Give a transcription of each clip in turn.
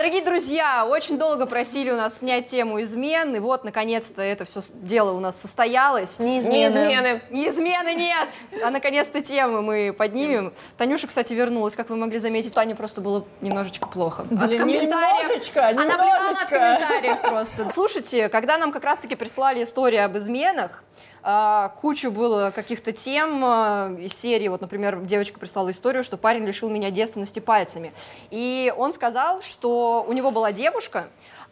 Дорогие друзья, очень долго просили у нас снять тему измен, и вот, наконец-то, это все дело у нас состоялось. Не измены. Не измены, нет! А, наконец-то, тему мы поднимем. Танюша, кстати, вернулась, как вы могли заметить. Тане просто было немножечко плохо. От комментариев. Она блевала от комментариев просто. Слушайте, когда нам как раз-таки прислали историю об изменах, кучу было каких-то тем из серии, вот, например, девочка прислала историю, что парень лишил меня девственности пальцами. И он сказал, что у него была девушка,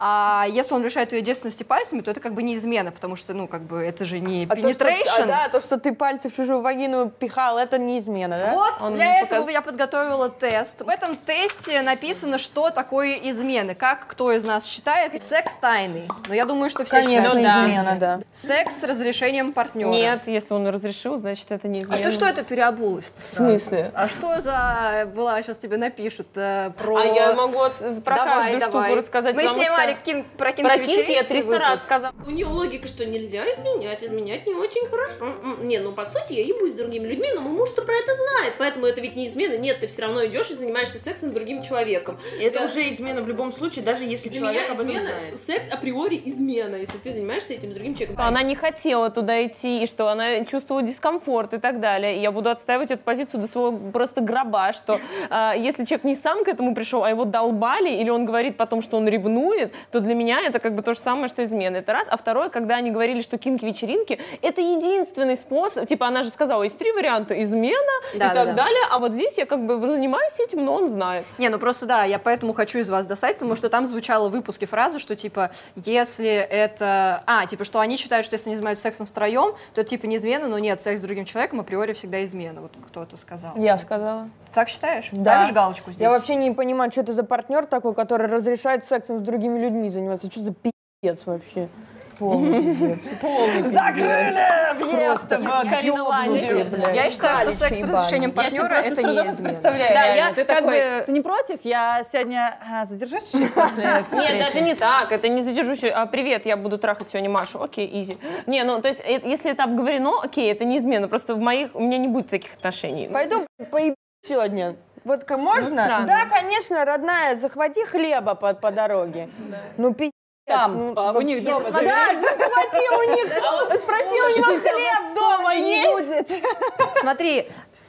а если он лишает ее девственности пальцами, то это как бы не измена, потому что, ну, как бы это же не penetration. То, что ты пальцы в чужую вагину пихал, это не измена, да? Вот, для этого я подготовила тест. В этом тесте написано, что такое измены. Как кто из нас считает? Секс тайный. Но я думаю, что все считают. Конечно, измена, да. Секс с разрешением партнера. Нет, если он разрешил, значит, это не измена. А ты что это переобулась? В смысле? А что за была, сейчас тебе напишут про... А я могу про каждую штуку рассказать, Мы потому снимали что... про Про кинки я 300 раз сказала. У нее логика, что нельзя изменять не очень хорошо. Не, ну по сути я ебусь с другими людьми, но мой муж-то про это знает, поэтому это ведь не измена. Нет, ты все равно идешь и занимаешься сексом с другим человеком. Это уже измена в любом случае, даже если человек об этом знает. Секс априори измена, если ты занимаешься этим с другим человеком. Она не хотела туда идти, и что она чувствовала дискомфорт и так далее. И я буду отстаивать эту позицию до своего просто гроба, что если человек не сам к этому пришел, а его долбали, или он говорит потом, что он ревнует, то для меня это как бы то же самое, что измена. Это раз. А второе, когда они говорили, что кинки-вечеринки — это единственный способ, типа она же сказала, есть 3 варианта: измена и так далее, а вот здесь я как бы занимаюсь этим, но он знает. Не, ну просто да, я поэтому хочу из вас достать, потому что там звучала в выпуске фраза, что типа, если это... типа, что они считают, что если они занимаются сексом втроем, то это типа не измена, но нет, секс с другим человеком априори всегда измена. Вот кто-то сказал. Я сказала. Ты так считаешь? Да. Ставишь галочку здесь? Я вообще не понимаю, что это за партнер такой, который разрешает сексом с другими людьми заниматься. Что за пи***ц вообще? Полный пиздец. Полный пиздец. Закрыли въезд в Кариноландию. Я считаю, что секс с разрешением партнера — это не измена. Представляю, Да, реально. я Ты как такой, бы- ты не против? Я сегодня задержусь чуть-чуть после встречи? Нет, даже не так, это не задержусь. Привет, я буду трахать сегодня Машу. Окей, изи. Не, ну, то есть, если это обговорено, окей, это не измена. Просто у меня не будет таких отношений. Пойду поебать сегодня. Вот можно? странно. Да, конечно, родная, захвати хлеба по дороге. Да. Ну, пи***ц. Там, у них дома. Да, захвати у них, спроси, у него хлеб дома есть? Смотри,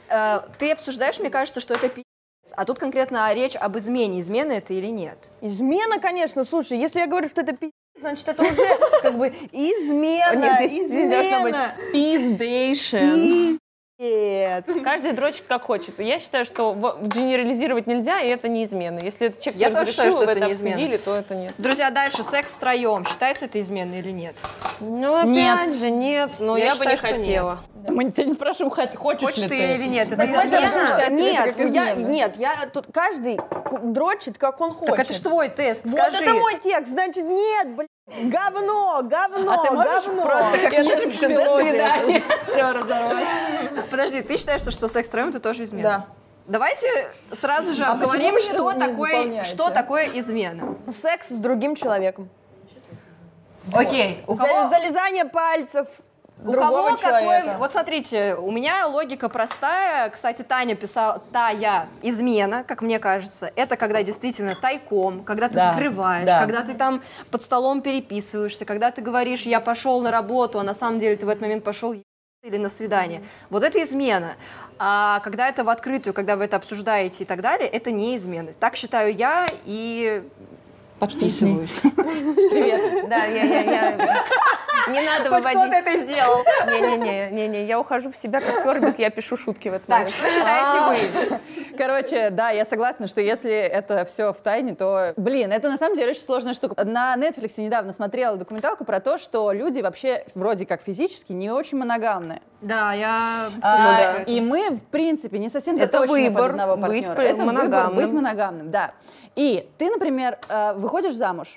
ты обсуждаешь, мне кажется, что это пи***ц, а тут конкретно речь об измене. Измена это или нет? Измена, конечно, слушай, если я говорю, что это пи***ц, значит, это уже как бы измена, Здесь должно быть измена. пиздейшн. Нет. Каждый дрочит как хочет. Я считаю, что генерализировать нельзя, и это не измена. Если этот человек Я тебе тоже считаю, разрешил, что вы это это не измена. обсудили, то это нет. Друзья, дальше. Секс втроем. Считается это изменой или нет? Ну, опять же, нет. Но я бы считаю, не что хотела. Мы тебя не спрашиваем, хочешь Хочешь ли ты или нет? Это Мы можем измена? обсуждать это Нет, как измена. я тут каждый дрочит, как он хочет. Так это ж твой тест, Вот скажи. это мой текст, значит, нет, блин, говно, А ты можешь говно. просто как ежик в пилоте все разорвать? Подожди, ты считаешь, что секс втроем это тоже измена? Да. Давайте сразу же А обговорим, почему вы что не заполняете? что такое измена. Секс с другим человеком. Окей, у кого... Залезание пальцев У другого кого человека. какой... Вот смотрите, у меня логика простая. Кстати, Таня писала, измена, как мне кажется, это когда действительно тайком, когда ты скрываешь, когда ты там под столом переписываешься, когда ты говоришь, я пошел на работу, а на самом деле ты в этот момент пошел или на свидание. Вот это измена. А когда это в открытую, когда вы это обсуждаете и так далее, это не измена. Так считаю я и... подписываюсь. Привет. Да, я... Не надо Хоть выводить. кто-то это сделал. Не, я ухожу в себя как Фербик, я пишу шутки в этом. Так, что считаете вы? Короче, да, я согласна, что если это все в тайне, то, блин, это на самом деле очень сложная штука. На Netflix недавно смотрела документалку про то, что люди вообще вроде как физически не очень моногамные. Да, я слышала про это. И мы, в принципе, не совсем Это заточены под выбор одного быть партнера. Это выбор моногамным. быть моногамным, да. И ты, например, выходишь замуж.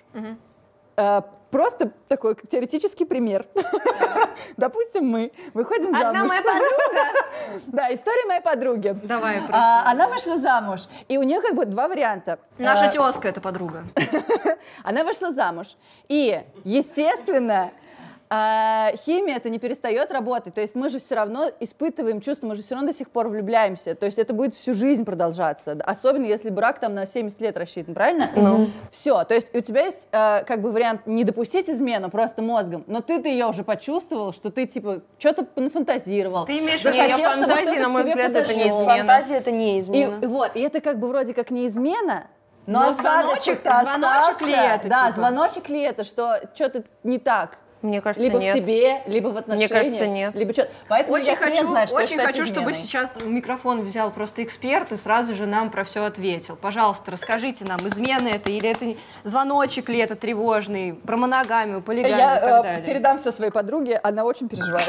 Просто такой как теоретический пример. Допустим, мы выходим замуж. Одна моя подруга. Да, история моей подруги. Давай, просто. Она вышла замуж, и у нее как бы 2 варианта. Наша тезка — это подруга. Она вышла замуж. И, естественно, химия это не перестает работать. То есть мы же все равно испытываем чувства, мы же все равно до сих пор влюбляемся. То есть это будет всю жизнь продолжаться. Особенно если брак там на 70 лет рассчитан, правильно? Все. То есть у тебя есть как бы вариант не допустить измену просто мозгом, но ты ее уже почувствовал, что ты типа что-то нафантазировал. Ты имеешь в виду фантазии, на мой взгляд, это не измена. Фантазия это не измена. И это как бы вроде как не измена, но звоночек ли это? Да, типа? звоночек ли это, что что-то не так? Мне кажется, либо нет. в тебе, либо в отношениях. Мне кажется, нет. Либо что-то. Поэтому Очень я хрен знает, что очень хочу, изменой. чтобы сейчас микрофон взял просто эксперт и сразу же нам про все ответил. Пожалуйста, расскажите нам, измена это или это звоночек ли это тревожный, про моногамию, полигамию и так Я далее. передам все своей подруге, она очень переживает.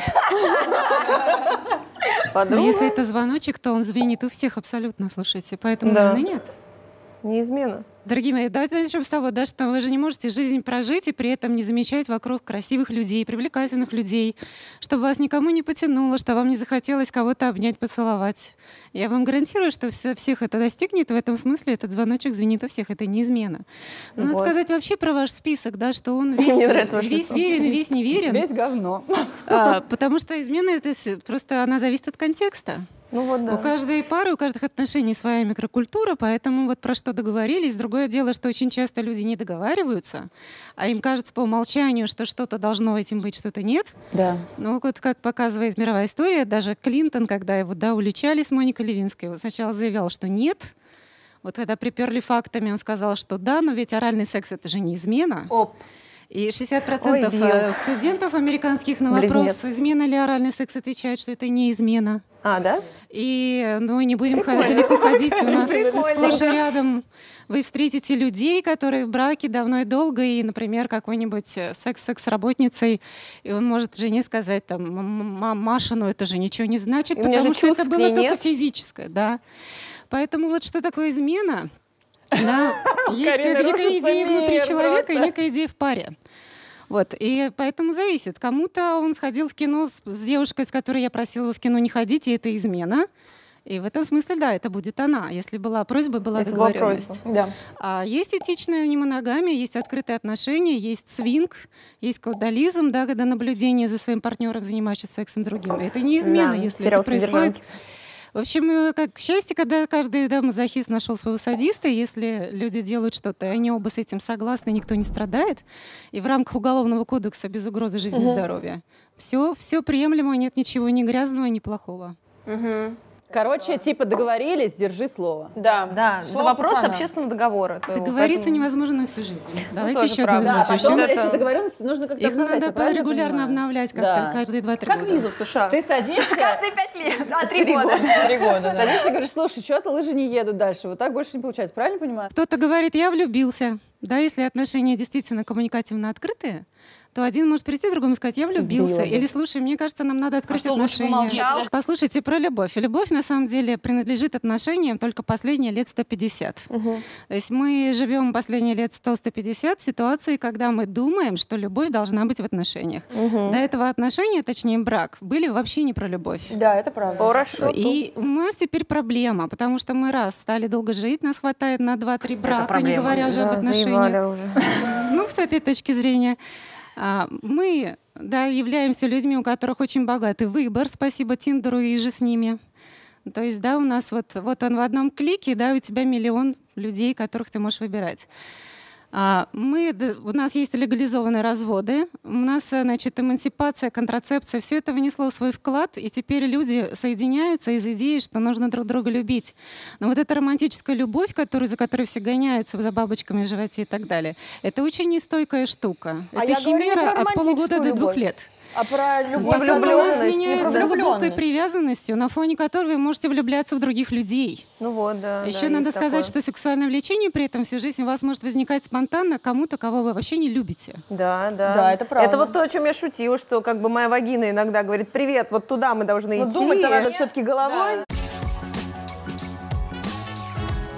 Но если это звоночек, то он звенит у всех абсолютно, слушайте. Поэтому, наверное, нет. Не измена. Дорогие мои, давайте начнем с того, да, что вы же не можете жизнь прожить и при этом не замечать вокруг красивых людей, привлекательных людей, чтобы вас никому не потянуло, что вам не захотелось кого-то обнять, поцеловать. Я вам гарантирую, что всех это достигнет, в этом смысле этот звоночек звенит у всех, это не измена. Но надо сказать вообще про ваш список, да, что он весь верен и весь неверен. Весь говно. Потому что измена, это просто она зависит от контекста. Ну вот, да. У каждой пары, у каждых отношений своя микрокультура, поэтому вот про что договорились. Другое дело, что очень часто люди не договариваются, а им кажется по умолчанию, что что-то должно этим быть, что-то нет. Да. Но вот как показывает мировая история, даже Клинтон, когда его уличали с Моникой Левинской, он сначала заявлял, что нет. Вот когда приперли фактами, он сказал, что да, но ведь оральный секс — это же не измена. И 60% студентов американских на вопрос, измена ли оральный секс, отвечают, что это не измена. А, да? И, не будем далеко ходить, у нас сплошь и рядом вы встретите людей, которые в браке давно и долго, и, например, какой-нибудь секс-работницей, и он может жене сказать, там, Маша, это же ничего не значит, потому что это было только физическое, да. Поэтому вот что такое измена? Да, есть некая идея внутри человека и некая идея в паре. Вот, и поэтому зависит. Кому-то он сходил в кино с девушкой, с которой я просила его в кино не ходить, и это измена. И в этом смысле, да, это будет она. Если была просьба, была договоренность. Да. А есть этичная немоногамия, есть открытые отношения, есть свинг, есть каудализм, да, когда наблюдение за своим партнером, занимающимся сексом другим. Это не измена, если это происходит. В общем, как счастье, когда каждый мазохист нашел своего садиста, если люди делают что-то, и они оба с этим согласны, никто не страдает, и в рамках Уголовного кодекса без угрозы жизни и здоровья. Все приемлемо, нет ничего ни грязного, ни плохого. Короче, типа договорились, держи слово. Да, это вопрос общественного договора. Договориться невозможно на всю жизнь. Давайте еще одну Да, вещь. потом эти договоренности нужно как-то Их обновлять. надо регулярно обновлять, как каждые 2-3 года. Как визу в США. Ты садишься... Каждые 5 лет, 3 года. 3 года, да. Садишься и говоришь, слушай, что-то лыжи не едут дальше. Вот так больше не получается. Правильно понимаю? Кто-то говорит, я влюбился. Да, если отношения действительно коммуникативно открытые, то один может прийти, другому сказать, я влюбился. Или, слушай, мне кажется, нам надо открыть отношения. Послушайте про любовь. Любовь, на самом деле, принадлежит отношениям только последние лет 150. То есть мы живем последние лет 100-150 в ситуации, когда мы думаем, что любовь должна быть в отношениях. До этого отношения, точнее брак, были вообще не про любовь. Да, это правда. Хорошо. И у нас теперь проблема, потому что мы стали долго жить, нас хватает на 2-3 брака, не говоря уже об отношениях. Ну, с этой точки зрения. Мы, являемся людьми, у которых очень богатый выбор, спасибо Тиндеру и же с ними. То есть, у нас вот он в одном клике, у тебя миллион людей, которых ты можешь выбирать. У нас есть легализованные разводы, у нас, эмансипация, контрацепция, все это внесло свой вклад, и теперь люди соединяются из идеи, что нужно друг друга любить. Но вот эта романтическая любовь, за которой все гоняются, за бабочками в животе и так далее, это очень нестойкая штука. Это химера от полугода до 2 лет. А про любовь влюбленность меняется глубокой привязанностью, на фоне которой вы можете влюбляться в других людей. Ну вот, да. Еще надо сказать, что сексуальное влечение при этом всю жизнь у вас может возникать спонтанно кому-то, кого вы вообще не любите. Да, это правда. Это вот то, о чем я шутила, что моя вагина иногда говорит, привет, вот туда мы должны идти. Думать-то надо все-таки головой.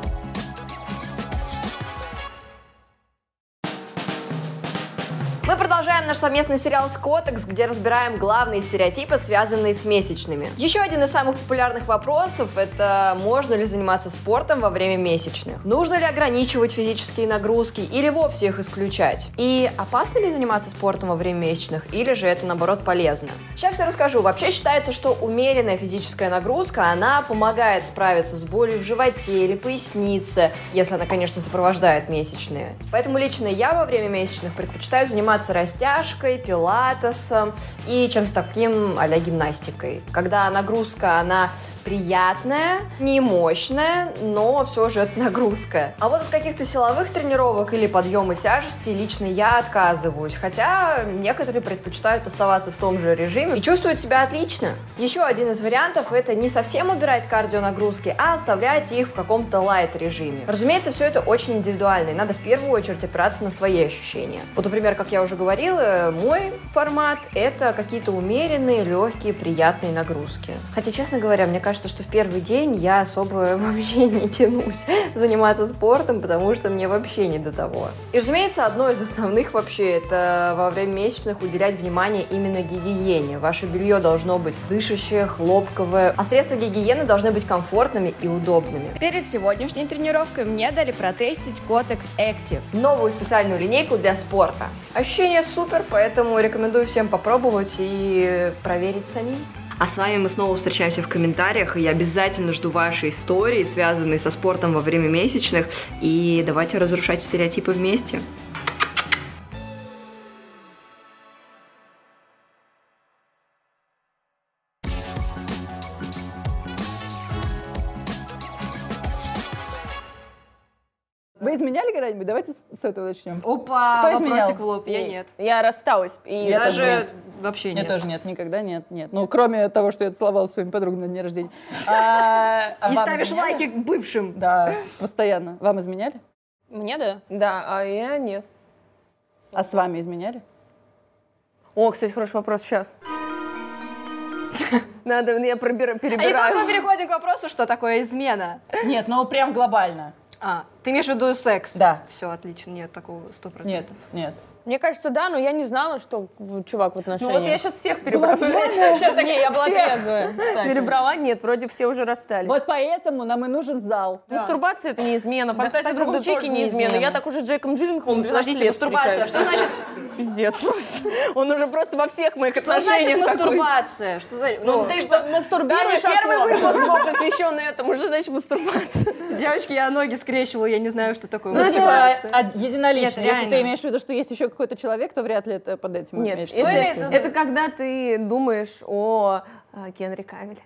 Мы продолжаем продолжаем наш совместный сериал «Скотекс», где разбираем главные стереотипы, связанные с месячными. Еще один из самых популярных вопросов – это можно ли заниматься спортом во время месячных? Нужно ли ограничивать физические нагрузки или вовсе их исключать? И опасно ли заниматься спортом во время месячных, или же это, наоборот, полезно? Сейчас все расскажу. Вообще считается, что умеренная физическая нагрузка, она помогает справиться с болью в животе или пояснице, если она, конечно, сопровождает месячные. Поэтому лично я во время месячных предпочитаю заниматься растяжкой, пилатесом и чем-то таким а-ля гимнастикой. Когда нагрузка, она приятная, не мощная, но все же это нагрузка. А вот от каких-то силовых тренировок или подъема тяжести лично я отказываюсь, хотя некоторые предпочитают оставаться в том же режиме и чувствуют себя отлично. Еще один из вариантов – это не совсем убирать кардионагрузки, а оставлять их в каком-то лайт-режиме. Разумеется, все это очень индивидуально, и надо в первую очередь опираться на свои ощущения. Вот, например, как я уже говорила, мой формат – это какие-то умеренные, легкие, приятные нагрузки. Хотя, честно говоря, мне кажется, что в первый день я особо вообще не тянусь заниматься спортом, потому что мне вообще не до того. И, разумеется, одно из основных вообще – это во время месячных уделять внимание именно гигиене. Ваше белье должно быть дышащее, хлопковое, а средства гигиены должны быть комфортными и удобными. Перед сегодняшней тренировкой мне дали протестить Kotex Active, новую специальную линейку для спорта. Ощущения супер, поэтому рекомендую всем попробовать и проверить самим. А с вами мы снова встречаемся в комментариях, и я обязательно жду ваши истории, связанные со спортом во время месячных, и давайте разрушать стереотипы вместе. Вы изменяли когда-нибудь? Давайте с этого начнем. Опа, кто изменял? вопросик в лоб, я нет. Я рассталась. И Я даже тоже нет. вообще Мне нет. тоже нет, никогда нет. Ну, кроме того, что я целовалась с своими подругами на день рождения. И И ставишь лайки к бывшим. Да, постоянно. Вам изменяли? Мне да. Да, а я нет. А с вами изменяли? О, кстати, хороший вопрос сейчас. Надо, я перебираю. А итак, мы переходим к вопросу, что такое измена. Нет, ну прям глобально. Ты имеешь в виду секс? Да. Все, отлично, нет такого 100%. Нет. Мне кажется, да, но я не знала, что чувак в Ну отношениях. вот я сейчас всех перебрала. Не, я была трезвая, кстати. Перебрала? Нет, вроде все уже расстались. Вот поэтому нам и нужен зал. Мастурбация — это не измена, фантазия о походу, другом человеке тоже не не измена. измена. Я так уже с Джейком Джилленхолом 12 Подождите, лет мастурбация. встречаюсь. Что значит, Пиздец просто. Он уже просто во всех моих что значит отношениях такой. мастурбация? Что за... Ну, Ты что, мастурбируешь Первый аккорд? выпуск был посвящен этому, что значит мастурбация. девочки, я ноги скрещивала, я не знаю, что такое Ну, типа, мастурбация. единолично. Нет, Если реально. ты имеешь в виду, что есть еще какой-то человек, то вряд ли это под этим Нет, имеется. Что имеется в виду? это когда ты думаешь о Генри Кавилле.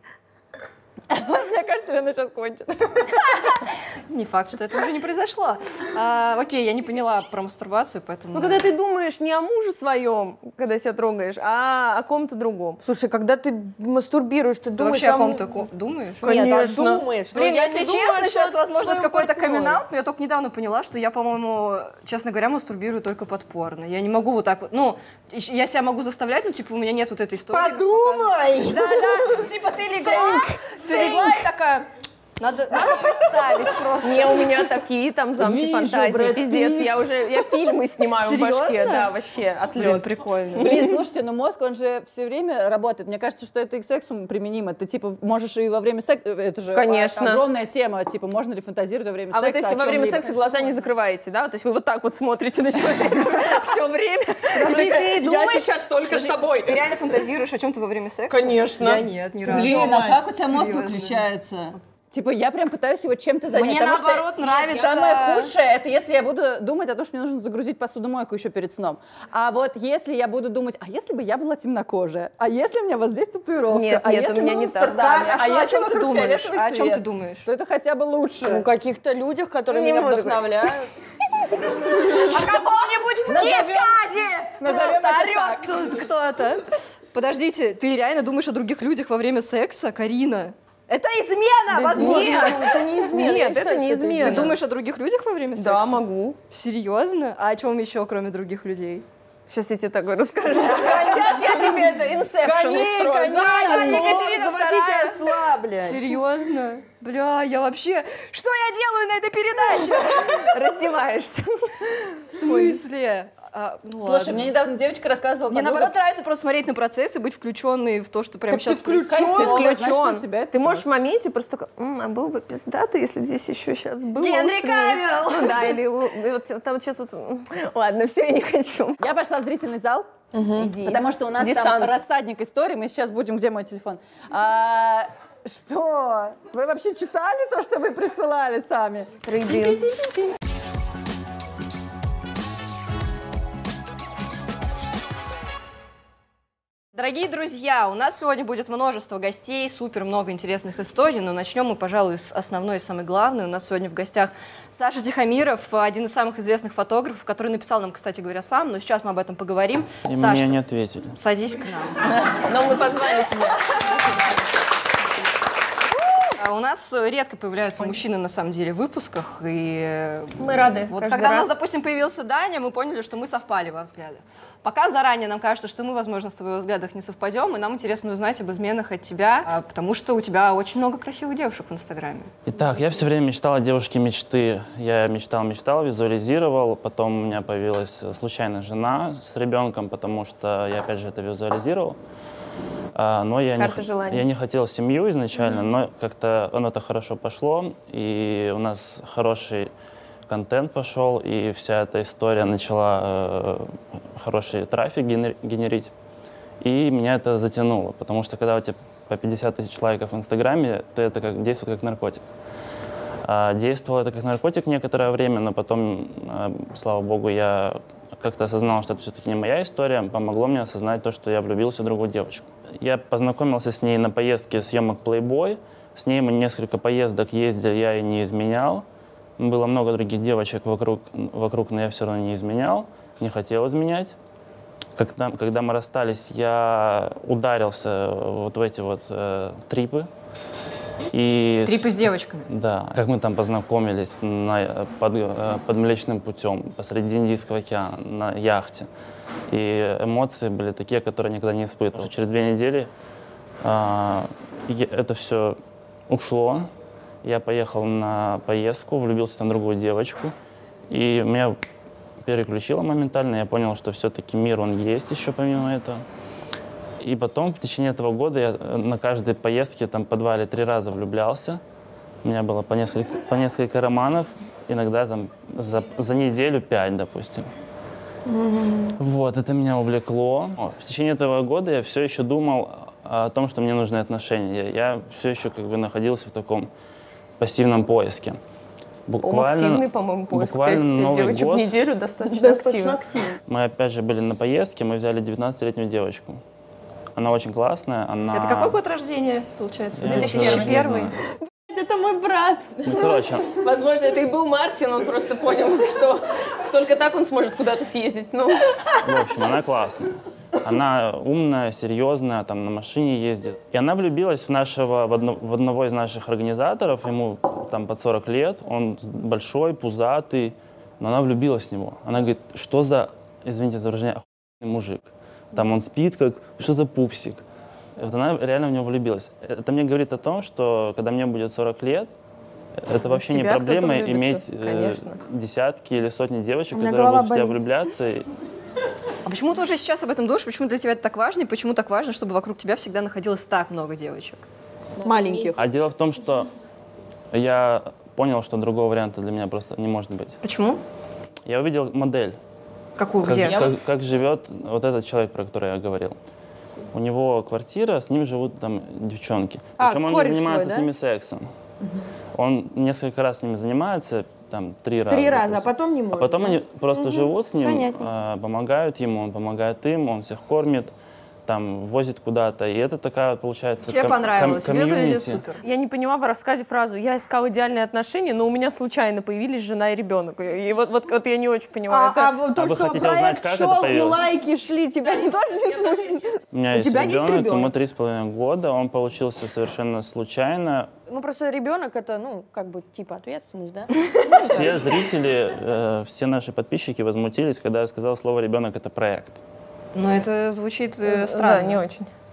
Мне кажется, она сейчас кончит. Не факт, что это уже не произошло. Окей, я не поняла про мастурбацию, поэтому... Ну, когда ты думаешь не о муже своем, когда себя трогаешь, а о ком-то другом. Слушай, когда ты мастурбируешь, ты Ты думаешь вообще о ком-то думаешь? Нет, Конечно. думаешь. Блин, Но я если не думаю, честно, что сейчас, это возможно, это твоему какой-то партнеру. камин-аут, но я только недавно поняла, что я, по-моему, честно говоря, мастурбирую только под порно. Я не могу вот так вот, ну, я себя могу заставлять, но, типа, у меня нет вот этой истории. Подумай! Да-да, типа, ты легла и такая... Надо представить просто. Не, у меня такие там замки Вижу, фантазии, Брэд пиздец. Питт. Я фильмы снимаю в башке, Серьезно? да, вообще, Блин, отлет. прикольно. Блин, слушайте, но мозг, он же все время работает. Мне кажется, что это и к сексу применимо. Ты, типа, можешь и во время секса... Это же Конечно. огромная тема. Типа, можно ли фантазировать во время А секса? вы, то есть, во время секса глаза не закрываете, да? То есть вы вот так вот смотрите на человека все время. Подожди, ты Я думаешь... сейчас только с тобой. Ты реально фантазируешь о чем-то во время секса? Конечно. Я нет, ни разу. Блин, а как у тебя мозг Серьезно. выключается? Типа, я прям пытаюсь его чем-то занять. Мне потому что наоборот нравится... Самое худшее, это если я буду думать о том, что мне нужно загрузить посудомойку еще перед сном. А вот если я буду думать, а если бы я была темнокожая? А если у меня вот здесь татуировка? Нет, а нет, если у меня мы не в так. Амстердаме? Так, а что, о если чем ты вокруг думаешь? фиолетовый А о чем свет? ты думаешь? То это хотя бы лучше. Ну, каких-то людях, которые Ну, не меня буду вдохновляют. А каком-нибудь кискаде! назовем Просто это орёт тут кто-то. Подождите, ты реально думаешь о других людях во время секса, Карина? Это измена, возможно. Нет, Это не измена. Нет, Я это считаю, не что измена. Ты думаешь о других людях во время секса? Да, могу. Серьезно? А о чем еще, кроме других людей? Сейчас я тебе такое расскажу. Сейчас я тебе это инсепшн устрою. Заводите осла, блядь. Серьезно? Бля, я вообще... Что я делаю на этой передаче? Раздеваешься. В смысле? Слушай, мне недавно девочка рассказывала... Мне наоборот нравится просто смотреть на процесс и быть включенной в то, что прямо сейчас включен. Ты можешь в моменте просто такой, а был бы пиздато, если бы здесь еще сейчас был Генри Кавилл! Ну да, или вот там сейчас вот... Ладно, все, я не хочу. Я пошла в зрительный зал, потому что у нас там рассадник историй, мы сейчас будем... Где мой телефон? Что? Вы вообще читали то, что вы присылали сами? Рыбин. Дорогие друзья, у нас сегодня будет множество гостей, супер много интересных историй, но начнем мы, пожалуй, с основной и самой главной. У нас сегодня в гостях Саша Тихомиров, один из самых известных фотографов, который написал нам, кстати говоря, сам, но сейчас мы об этом поговорим. И Саша, мне не ответили. Садись к нам. Но мы позвали тебя. У нас редко появляются мужчины, на самом деле, в выпусках, и мы рады. Вот когда у нас, допустим, появился Даня, мы поняли, что мы совпали во взглядах. Пока заранее нам кажется, что мы, возможно, с тобой во взглядах не совпадем, и нам интересно узнать об изменах от тебя, потому что у тебя очень много красивых девушек в Инстаграме. Итак, я все время мечтал о девушке мечты. Я мечтал, визуализировал. Потом у меня появилась случайно жена с ребенком, потому что я, опять же, это визуализировал. Но я не хотел семью изначально, но как-то оно-то хорошо пошло, и у нас хороший контент пошел, и вся эта история начала хороший трафик генерить. И меня это затянуло, потому что когда у тебя по 50 тысяч лайков в Инстаграме, то это действует как наркотик. Действовало это как наркотик некоторое время, но потом, слава богу, я как-то осознал, что это все-таки не моя история, помогло мне осознать то, что я влюбился в другую девочку. Я познакомился с ней на поездке съемок Playboy, с ней мы несколько поездок ездили, я ей не изменял. Было много других девочек вокруг, но я все равно не изменял, не хотел изменять. Когда мы расстались, я ударился вот в эти вот трипы. Трипы с девочками? Да. Как мы там познакомились под Млечным путем, посреди Индийского океана, на яхте. И эмоции были такие, которые я никогда не испытывал. Через 2 недели это все ушло. Я поехал на поездку, влюбился там в другую девочку. И меня переключило моментально. Я понял, что все-таки мир, он есть еще помимо этого. И потом, в течение этого года, я на каждой поездке там по 2 или 3 раза влюблялся. У меня было по несколько романов, иногда там за неделю 5, допустим. Вот, это меня увлекло. В течение этого года я все еще думал о том, что мне нужны отношения. Я все еще как бы находился в таком пассивном поиске. Активный, по-моему, поиск. Буквально Новый девочек год. В неделю достаточно активно. Мы опять же были на поездке, мы взяли 19-летнюю девочку. Она очень классная. Это какой год рождения, получается? 2001. Это мой брат. Ну, короче. Возможно, это и был Мартин, он просто понял, что только так он сможет куда-то съездить. Ну. В общем, она классная. Она умная, серьезная, там на машине ездит. И она влюбилась в одного из наших организаторов, ему там под 40 лет, он большой, пузатый, но она влюбилась в него. Она говорит, что за, извините за выражение, охуенный мужик. Там он спит, что за пупсик. Вот она реально в него влюбилась. Это мне говорит о том, что когда мне будет 40 лет, это вообще не проблема иметь десятки или сотни девочек, которые будут в тебя влюбляться. А почему ты уже сейчас об этом думаешь? Почему для тебя это так важно? И почему так важно, чтобы вокруг тебя всегда находилось так много девочек? Маленьких. А дело в том, что я понял, что другого варианта для меня просто не может быть. Почему? Я увидел модель. Какую? Где? Как живет вот этот человек, про который я говорил. У него квартира, с ним живут там девчонки. Причем он не занимается с ними сексом. Он несколько раз с ними занимается, там 3 раза. 3 раза, а потом не может. А потом они просто живут с ним, помогают ему, он помогает им, он всех кормит, там возит куда-то. И это такая, получается, тебе понравилось, комьюнити. Супер. Я не поняла в рассказе фразу «я искал идеальные отношения, но у меня случайно появились жена и ребенок». И вот я не очень понимаю. Вот то, что проект шел и лайки шли, тебя не тоже не смущает? У меня есть ребенок, ему 3,5 года, он получился совершенно случайно. Ну, просто ребенок это, как бы, типа ответственность, да? Все зрители, все наши подписчики возмутились, когда я сказал слово «ребенок» — это проект. Но это звучит странно. Да, не очень.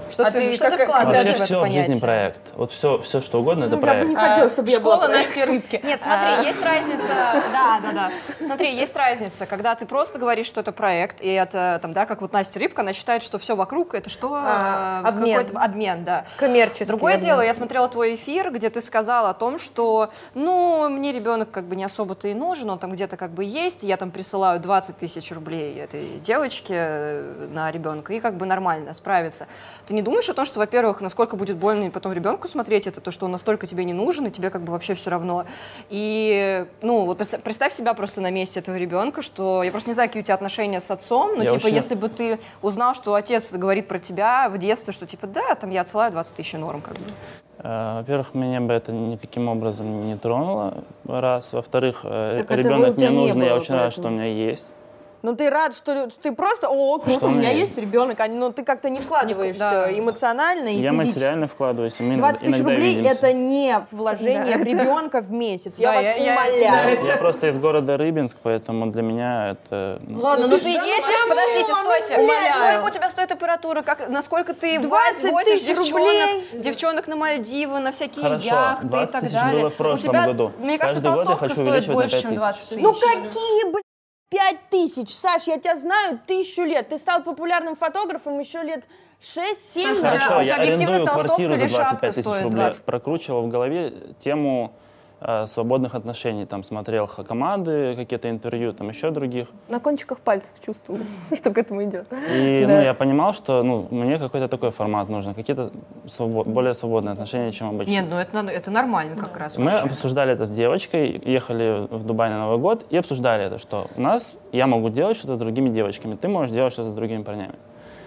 Что ты вкладываешь в это все понятие? В жизни проект. Вот все, что угодно, это Я бы проект. не хотела, чтобы я была Школа Насти Рыбки. Нет, смотри, есть разница, да. Смотри, есть разница, когда ты просто говоришь, что это проект, и это, там, да, как вот Настя Рыбка, она считает, что все вокруг, это что? Какой-то обмен, да. Коммерческий Другое обмен. дело, я смотрела твой эфир, где ты сказала о том, что, ну, мне ребенок как бы не особо-то и нужен, он там где-то как бы есть, я там присылаю 20 тысяч рублей этой девочке на ребенка, и как бы нормально справиться. Ты не думаешь о том, что, во-первых, насколько будет больно потом ребенку смотреть это, то, что он настолько тебе не нужен, и тебе как бы вообще все равно. И, ну, вот представь себя просто на месте этого ребенка, что я просто не знаю, какие у тебя отношения с отцом, но, Я типа, очень- если бы ты узнал, что отец говорит про тебя в детстве, что, типа, да, там, я отсылаю 20 тысяч норм, как бы. Во-первых, меня бы это никаким образом не тронуло, раз. Во-вторых, это ребенок у тебя мне не нужен, я было, очень рад, что у поэтому. меня есть. Ну ты рад, что ты просто, круто, Что у меня мне? есть ребенок, но ты как-то не вкладываешься Да. эмоционально и Я физически. материально вкладываюсь, и мы 20 тысяч иногда рублей видимся. это не вложение в ребенка в месяц. Я Да, вас я- умоляю. Я просто из города Рыбинск, поэтому для меня это... Ладно, ну ты ездишь, подождите, стойте. умоляю. Сколько у тебя стоит аппаратура? Насколько ты 20 возишь тысяч рублей. девчонок на Мальдивы, на всякие Хорошо, яхты и 20 так тысяч далее? было в прошлом у тебя, году. Мне кажется, Каждый год я толстовка хочу стоит увеличивать на больше, 5 чем тысяч. 20 тысяч. Ну какие, блядь, 5000? Саш, я тебя знаю 1000 лет. Ты стал популярным фотографом еще лет 6-7. Саша, Хорошо, у я тебя объективно арендую толстовка квартиру за или шапка 25 тысяч стоит рублей. 20? Прокручивал в голове тему свободных отношений. Там смотрел команды, какие-то интервью, там еще других. На кончиках пальцев чувствую, что к этому идет. И Да. я понимал, что мне какой-то такой формат нужен, какие-то более свободные отношения, чем обычно. Нет, ну это нормально как раз. Мы вообще. обсуждали это с девочкой, ехали в Дубай на Новый год и обсуждали это, что у нас я могу делать что-то с другими девочками, ты можешь делать что-то с другими парнями.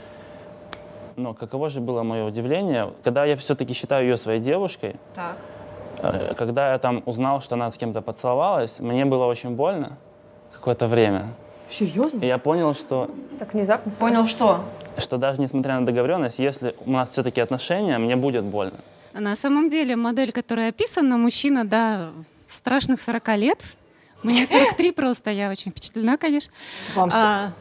Но каково же было мое удивление, когда я все-таки считаю ее своей девушкой, Так. когда я там узнал, что она с кем-то поцеловалась, мне было очень больно какое-то время. Серьезно? И я понял, что Так внезапно. Понял, что? даже несмотря на договоренность, если у нас все-таки отношения, мне будет больно. На самом деле модель, которая описана, мужчина, да, страшных 40 лет. Мне 43 просто, я очень впечатлена, конечно. Вам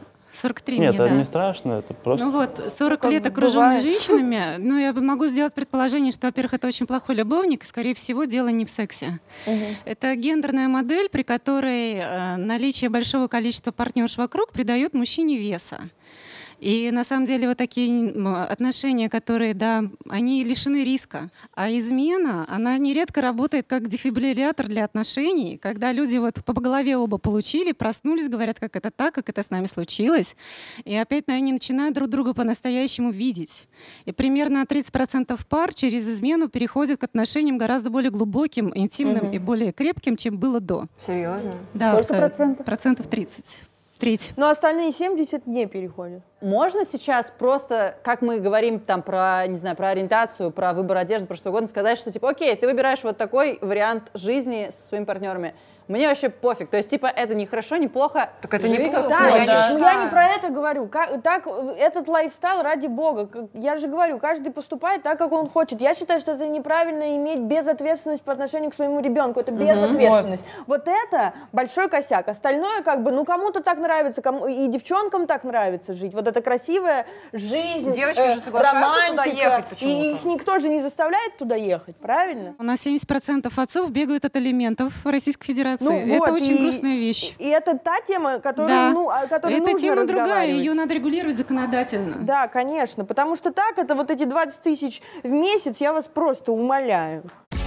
43 Нет, мне, это да. не страшно, это просто... Ну вот, 40 Как лет бы окруженной бывает. женщинами, ну, я могу сделать предположение, что, во-первых, это очень плохой любовник, и, скорее всего, дело не в сексе. Это гендерная модель, при которой наличие большого количества партнерш вокруг придает мужчине веса. И на самом деле вот такие отношения, которые, да, они лишены риска. А измена, она нередко работает как дефибриллятор для отношений, когда люди вот по голове оба получили, проснулись, говорят, как это так, как это с нами случилось. И опять они начинают друг друга по-настоящему видеть. И примерно 30% пар через измену переходят к отношениям гораздо более глубоким, интимным и более крепким, чем было до. Серьезно? Да, Сколько абсолютно. процентов? Процентов 30. Треть. Но остальные 70 не переходят. Можно сейчас просто, как мы говорим там про, не знаю, про ориентацию, про выбор одежды, про что угодно, сказать, что типа, окей, ты выбираешь вот такой вариант жизни со своими партнерами. Мне вообще пофиг. То есть, типа, это не хорошо, не плохо. Так это Живи неплохо. как Да, хочешь. я не про это говорю. Так, этот лайфстайл ради бога. Я же говорю, каждый поступает так, как он хочет. Я считаю, что это неправильно иметь безответственность по отношению к своему ребенку. Это безответственность. Вот это большой косяк. Остальное, как бы, ну, кому-то так нравится, и девчонкам так нравится жить. Вот эта красивая жизнь, Девочки же соглашаются туда романтика. ехать И почему-то. их никто же не заставляет туда ехать, правильно? У нас 70% отцов бегают от алиментов в Российской Федерации. Ну это вот, очень и- грустная вещь. И это та тема, которую, Да. ну, о которой Эта нужно тема другая, разговаривать. ее надо регулировать законодательно. Да, конечно, потому что так, это вот эти 20 тысяч в месяц, я вас просто умоляю.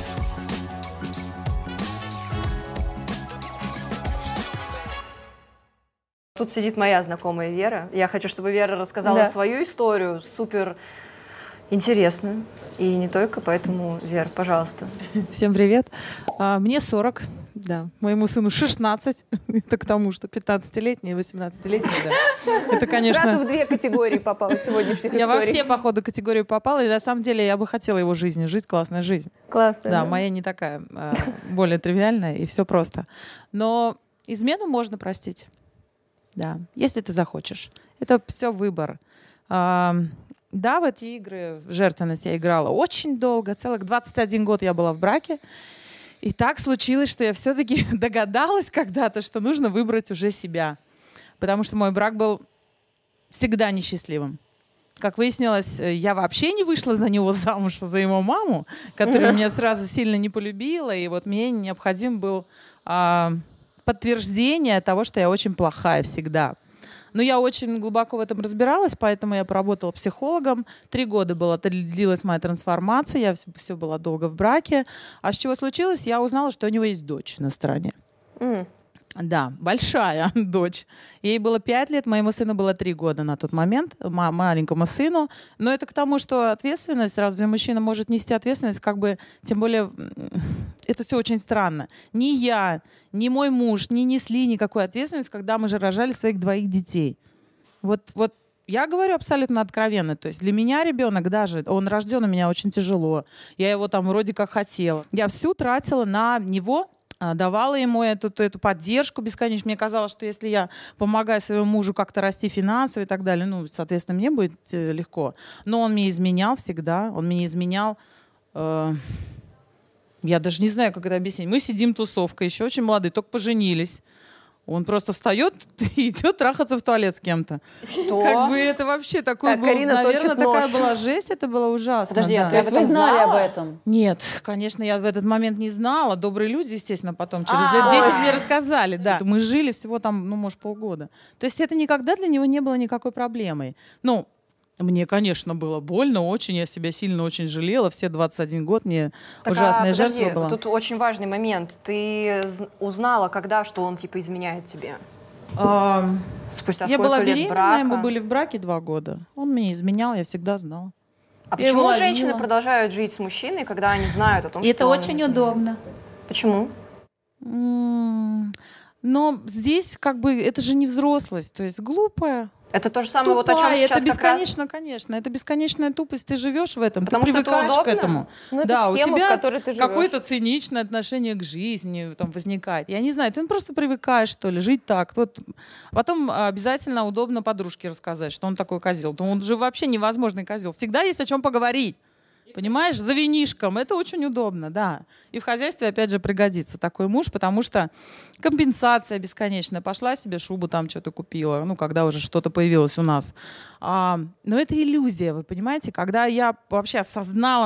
Тут сидит моя знакомая Вера. Я хочу, чтобы Вера рассказала Да. свою историю, супер интересную. И не только, поэтому, Вер, пожалуйста. Всем привет. Мне 40, да. Моему сыну 16. Это к тому, что 15-летний и 18-летний, да. Это, конечно... Сразу в две категории попала сегодняшних Я во историй. все, походу, категории попала, и на самом деле я бы хотела его жизнью жить, классная жизнь. Классно. Да, моя не такая, более тривиальная, и все просто. Но измену можно простить. Да, если ты захочешь. Это все выбор. Да, в эти игры в жертвенность я играла очень долго, целых 21 год я была в браке. И так случилось, что я все-таки догадалась когда-то, что нужно выбрать уже себя. Потому что мой брак был всегда несчастливым. как выяснилось, я вообще не вышла за него замуж, за его маму, которая меня сразу сильно не полюбила. И вот мне необходим был подтверждение того, что я очень плохая всегда. Но я очень глубоко в этом разбиралась, поэтому я поработала психологом. 3 года длилась моя трансформация, я все была долго в браке. А с чего случилось? Я узнала, что у него есть дочь на стороне. Да, большая дочь. Ей было 5 лет, моему сыну было 3 года на тот момент, маленькому сыну. Но это к тому, что ответственность, разве мужчина может нести ответственность, как бы, тем более, это все очень странно. Ни я, ни мой муж не несли никакой ответственности, когда мы же рожали своих 2 детей. Вот я говорю абсолютно откровенно. То есть для меня ребенок даже, он рожден у меня очень тяжело. Я его там вроде как хотела. Я всю тратила на него, давала ему эту поддержку бесконечно. Мне казалось, что если я помогаю своему мужу как-то расти финансово и так далее, ну, соответственно, мне будет легко. Но он мне изменял всегда. Он мне изменял... Я даже не знаю, как это объяснить. Мы сидим тусовкой, еще очень молодые, только поженились. Он просто встает и идет трахаться в туалет с кем-то. Что? Как бы это вообще такое было, наверное, такая была жесть, это было ужасно. Подожди, да. а ты об этом знали об этом? Нет, конечно, я в этот момент не знала. Добрые люди, естественно, потом через лет 10 мне рассказали. Да. Мы жили всего там, ну, может, полгода. То есть это никогда для него не было никакой проблемой. Ну, мне, конечно, было больно очень, я себя сильно очень жалела. Все 21 год мне ужасная жертва была. Тут очень важный момент. Ты узнала, когда, что он типа изменяет тебе? Спустя я была беременна, мы брака? были в браке 2 года. Он меня изменял, я всегда знала. А почему женщины продолжают жить с мужчиной, когда они знают о том, что это очень удобно. Почему? Но здесь как бы это же не взрослость, то есть глупая. Это то же самое, вот о чем сейчас это бесконечно, конечно. Это бесконечная тупость. Ты живешь в этом, потому ты привыкаешь что к этому. Ну, да, у схема, тебя какое-то циничное отношение к жизни там возникает. Я не знаю, ты просто привыкаешь, что ли, жить так. Вот. Потом обязательно удобно подружке рассказать, что он такой козел. Он же вообще невозможный козел. Всегда есть о чем поговорить. Понимаешь, за винишком. Это очень удобно, да. И в хозяйстве, опять же, пригодится такой муж, потому что компенсация бесконечная. Пошла себе шубу там что-то купила, ну, когда уже что-то появилось у нас. Но это иллюзия, вы понимаете? Когда я вообще осознала,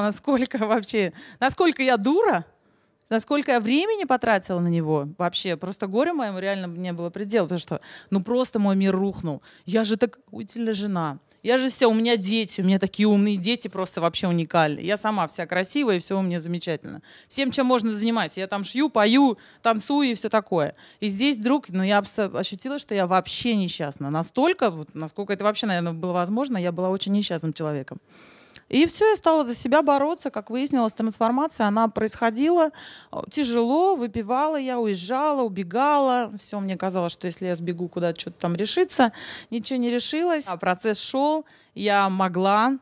насколько я дура, насколько я времени потратила на него, вообще, просто горе моему реально не было предела, потому что, ну, просто мой мир рухнул. Я же так удивительная жена. Я же у меня дети, у меня такие умные дети, просто вообще уникальные. Я сама вся красивая, и все у меня замечательно. Всем, чем можно заниматься. Я там шью, пою, танцую и все такое. И здесь вдруг, я ощутила, что я вообще несчастна. Настолько, насколько это вообще, наверное, было возможно, я была очень несчастным человеком. И все, я стала за себя бороться. Как выяснилось, трансформация, она происходила тяжело, выпивала я, уезжала, убегала. Все, мне казалось, что если я сбегу куда-то, что-то там решится. Ничего не решилось. А процесс шел. Я могла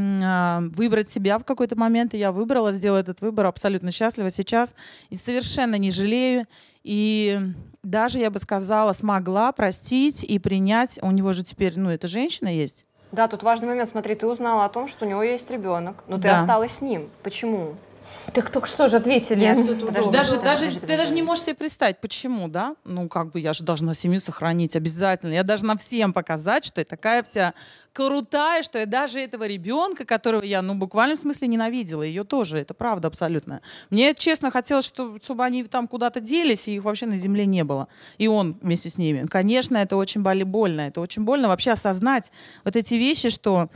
выбрать себя в какой-то момент. И я выбрала, сделала этот выбор абсолютно счастлива сейчас. И совершенно не жалею. И даже, я бы сказала, смогла простить и принять. У него же теперь, эта женщина есть. Да, тут важный момент. Смотри, ты узнала о том, что у него есть ребенок, но ты осталась с ним. Почему? Так только что же ответили. Нет, подожди. Ты даже не можешь себе представить, почему, да? Я же должна семью сохранить обязательно. Я должна всем показать, что я такая вся крутая, что я даже этого ребенка, которого я, буквально в смысле ненавидела, ее тоже, это правда абсолютно. Мне, честно, хотелось, чтобы они там куда-то делись, и их вообще на земле не было. И он вместе с ними. Конечно, это очень больно. Это очень больно вообще осознать вот эти вещи, что...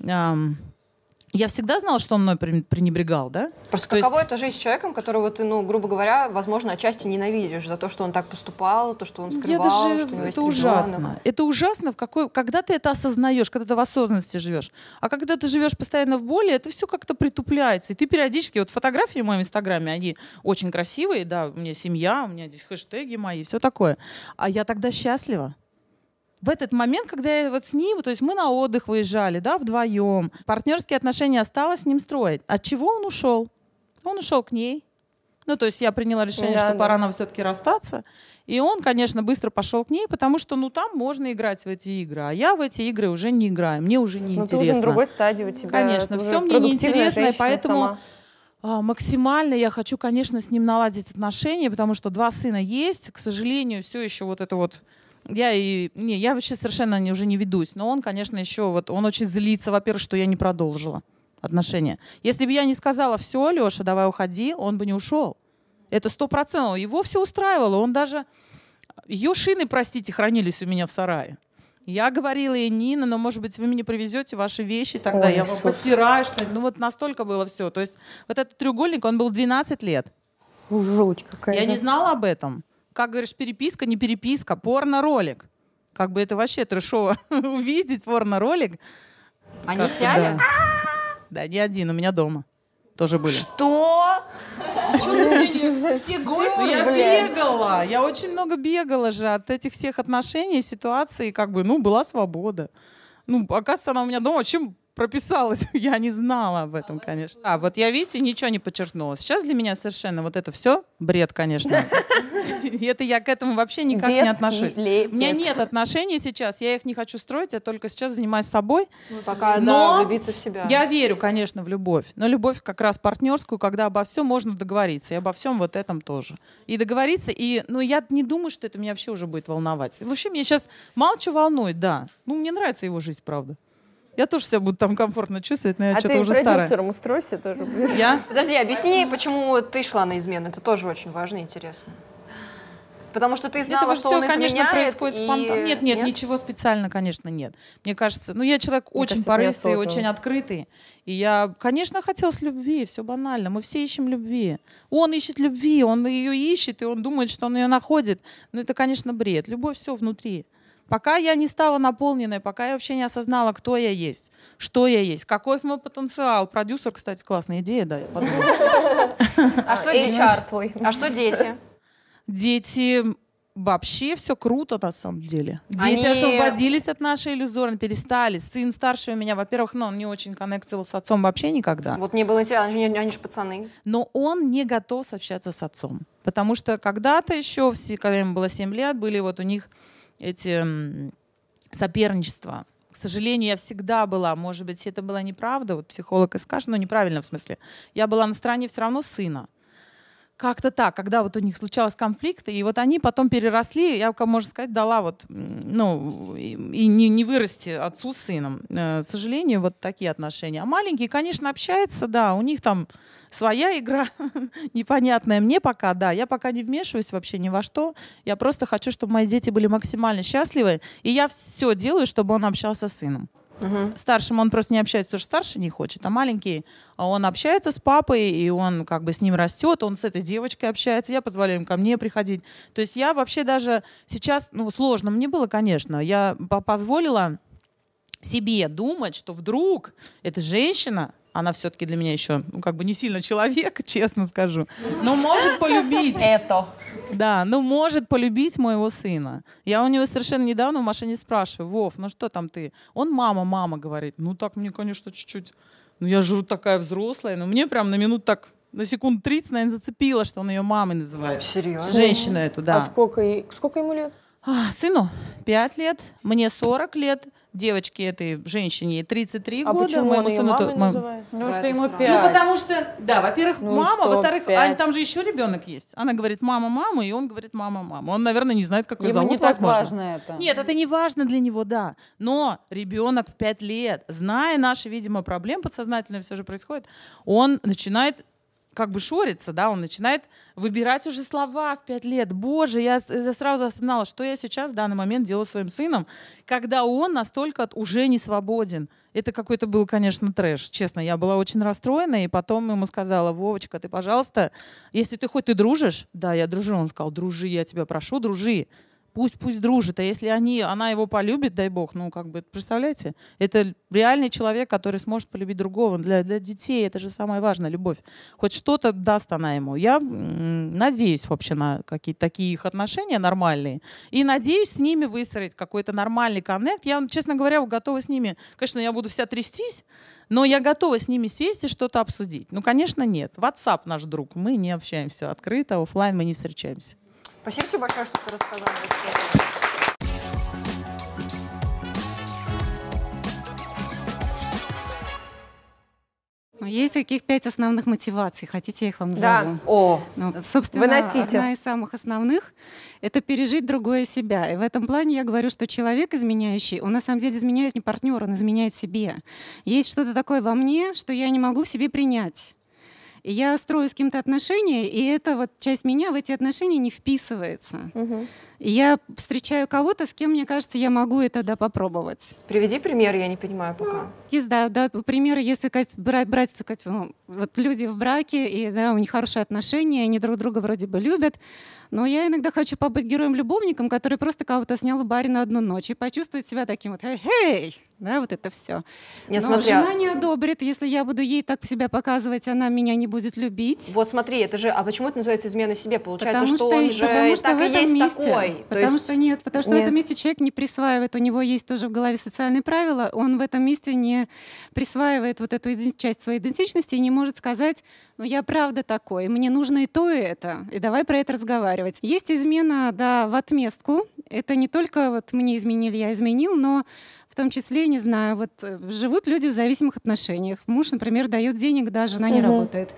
Я всегда знала, что он мной пренебрегал, да? Просто каково это жить с человеком, которого ты, грубо говоря, возможно, отчасти ненавидишь за то, что он так поступал, то, что он скрывал, что у него есть ужасно. ребенок. Это ужасно, когда ты это осознаешь, когда ты в осознанности живешь. А когда ты живешь постоянно в боли, это все как-то притупляется. И ты периодически, фотографии в моем инстаграме, они очень красивые, да, у меня семья, у меня здесь хэштеги мои, все такое. А я тогда счастлива. В этот момент, когда я с ним, то есть мы на отдых выезжали, да, вдвоем, партнерские отношения осталось с ним строить. От чего он ушел? Он ушел к ней. То есть я приняла решение, что пора нам все-таки расстаться. И он, конечно, быстро пошел к ней, потому что, там можно играть в эти игры. А я в эти игры уже не играю. Мне уже не интересно. Ты уже на другой стадии у тебя. Конечно, все мне неинтересно, и поэтому... Максимально я хочу, конечно, с ним наладить отношения, потому что 2 сына есть. К сожалению, все еще я вообще совершенно уже не ведусь. Но он, конечно, еще вот, он очень злится, во-первых, что я не продолжила отношения. Если бы я не сказала, все, Леша, давай уходи, он бы не ушел. Это 100%. Его все устраивало. Он даже... Ее шины, простите, хранились у меня в сарае. Я говорила ей: Нина, но, может быть, вы мне привезете ваши вещи, тогда я постираю что-нибудь. Ну вот настолько было все. То есть вот этот треугольник, он был 12 лет. Жуть какая-то. Я не знала об этом. Как говоришь, переписка, не переписка, порно-ролик. Как бы это вообще трэшово увидеть порно-ролик. Они сняли? Да, не один, у меня дома тоже были. Что? Все гости. Я бегала. Я очень много бегала же от этих всех отношений, ситуаций. Как бы, была свобода. Оказывается, она у меня дома чем прописалась. Я не знала об этом, конечно. Вот я, видите, ничего не подчеркнула. Сейчас для меня совершенно вот это все бред, конечно. Это я к этому вообще никак не отношусь. У меня нет отношений сейчас, я их не хочу строить, я только сейчас занимаюсь собой. Пока, да, влюбиться в себя. Я верю, конечно, в любовь. Но любовь как раз партнерскую, когда обо всем можно договориться. И обо всем вот этом тоже. И договориться, и я не думаю, что это меня вообще уже будет волновать. Вообще меня сейчас мало чего волнует, да. Мне нравится его жизнь, правда. Я тоже себя буду там комфортно чувствовать, но я что-то уже старая. А ты продюсером устройся тоже будешь? Я? Подожди, объясни, почему ты шла на измену. Это тоже очень важно и интересно. Потому что ты знала, что он изменяет. Конечно, происходит спонтанно. Нет, ничего специально, конечно, нет. Мне кажется, я человек очень порывистый, очень открытый. И я, конечно, хотелось любви, все банально. Мы все ищем любви. Он ищет любви, он ее ищет, и он думает, что он ее находит. Но это, конечно, бред. Любовь все внутри. Пока я не стала наполненной, пока я вообще не осознала, кто я есть, что я есть, какой мой потенциал. Продюсер, кстати, классная идея, да, я подумала. А что HR твой? А что дети? Дети... Вообще все круто на самом деле. Дети освободились от нашей иллюзорной, перестали. Сын старший у меня, во-первых, он не очень коннектил с отцом вообще никогда. Вот мне было интересно, они же пацаны. Но он не готов общаться с отцом. Потому что когда-то еще, когда ему было 7 лет, были вот у них эти соперничества. К сожалению, я всегда была, может быть, это была неправда, вот психолог и скажет, но неправильно в смысле. Я была на стороне все равно сына. Как-то так, когда вот у них случался конфликт, и вот они потом переросли, я, можно сказать, дала и не вырасти отцу с сыном. К сожалению, вот такие отношения. А маленькие, конечно, общаются, да, у них там своя игра непонятная. Мне пока, да, я пока не вмешиваюсь вообще ни во что. Я просто хочу, чтобы мои дети были максимально счастливы, и я все делаю, чтобы он общался с сыном. Старшим он просто не общается, потому что старший не хочет, а маленький, он общается с папой, и он как бы с ним растет, он с этой девочкой общается, я позволяю им ко мне приходить. То есть я вообще даже сейчас, сложно мне было, конечно, я позволила себе думать, что вдруг эта женщина, она все-таки для меня еще, не сильно человек, честно скажу, но может полюбить. Это. Да, может полюбить моего сына. Я у него совершенно недавно в машине спрашиваю: Вов, что там ты? Он мама говорит. Так мне, конечно, чуть-чуть. Я же такая взрослая. Но мне прям на минут так, на секунд 30, наверное, зацепило, что он ее мамой называет. Серьезно? Женщину эту, да. А сколько ему лет? Сыну 5 лет, мне 40 лет. Девочке этой женщине ей 33 года. Почему моему он ее сыну мамой называет? Что ему 5. Потому что, да, во-первых, мама, во-вторых, там же еще ребенок есть. Она говорит мама, и он говорит мама. Он, наверное, не знает, как ее зовут, не так возможно. важно это. Нет, это не важно для него, да. Но ребенок в 5 лет, зная наши, видимо, проблемы подсознательные, все же происходит, он начинает шориться, да, он начинает выбирать уже слова в 5 лет. Боже, я сразу осознала, что я сейчас в данный момент делаю своим сыном, когда он настолько уже не свободен. Это какой-то был, конечно, трэш. Честно, я была очень расстроена, и потом ему сказала: Вовочка, ты, пожалуйста, если ты дружишь, да, я дружу, он сказал: дружи, я тебя прошу, дружи. Пусть дружит, а если она его полюбит, дай бог, представляете? Это реальный человек, который сможет полюбить другого. Для детей это же самое важное, любовь. Хоть что-то даст она ему. Я надеюсь вообще на какие-то такие их отношения нормальные. И надеюсь с ними выстроить какой-то нормальный коннект. Я, честно говоря, готова с ними, конечно, я буду вся трястись, но я готова с ними сесть и что-то обсудить. Конечно, нет. WhatsApp наш друг. Мы не общаемся открыто, офлайн мы не встречаемся. Спасибо тебе большое, что ты рассказала. Есть таких 5 основных мотиваций. Хотите, я их вам Да. назову? Собственно, Выносите. одна из самых основных — это пережить другое себя. И в этом плане я говорю, что человек изменяющий, он на самом деле изменяет не партнеру, он изменяет себе. Есть что-то такое во мне, что я не могу в себе принять. И я строю с кем-то отношения, и эта вот часть меня в эти отношения не вписывается. И я встречаю кого-то, с кем, мне кажется, я могу это попробовать. Приведи пример, я не понимаю пока. Есть, да, примеры, если брать вот люди в браке, и да, у них хорошие отношения, они друг друга вроде бы любят, но я иногда хочу побыть героем-любовником, который просто кого-то снял в баре на одну ночь и почувствовать себя таким вот «Хей!» Да, вот это все. Но жена не одобрит, если я буду ей так себя показывать, она меня не будет любить. Вот смотри, это же, а почему это называется измена себе? Получается, потому что он же так и есть такой. Потому что в этом месте человек не присваивает, у него есть тоже в голове социальные правила, он в этом месте не присваивает вот эту часть своей идентичности и не может сказать, ну я правда такой, мне нужно и то, и это, и давай про это разговаривать. Есть измена, да, в отместку, это не только вот мне изменили, я изменил, но в том числе, не знаю, вот живут люди в зависимых отношениях. Муж, например, дает денег, да, жена не работает.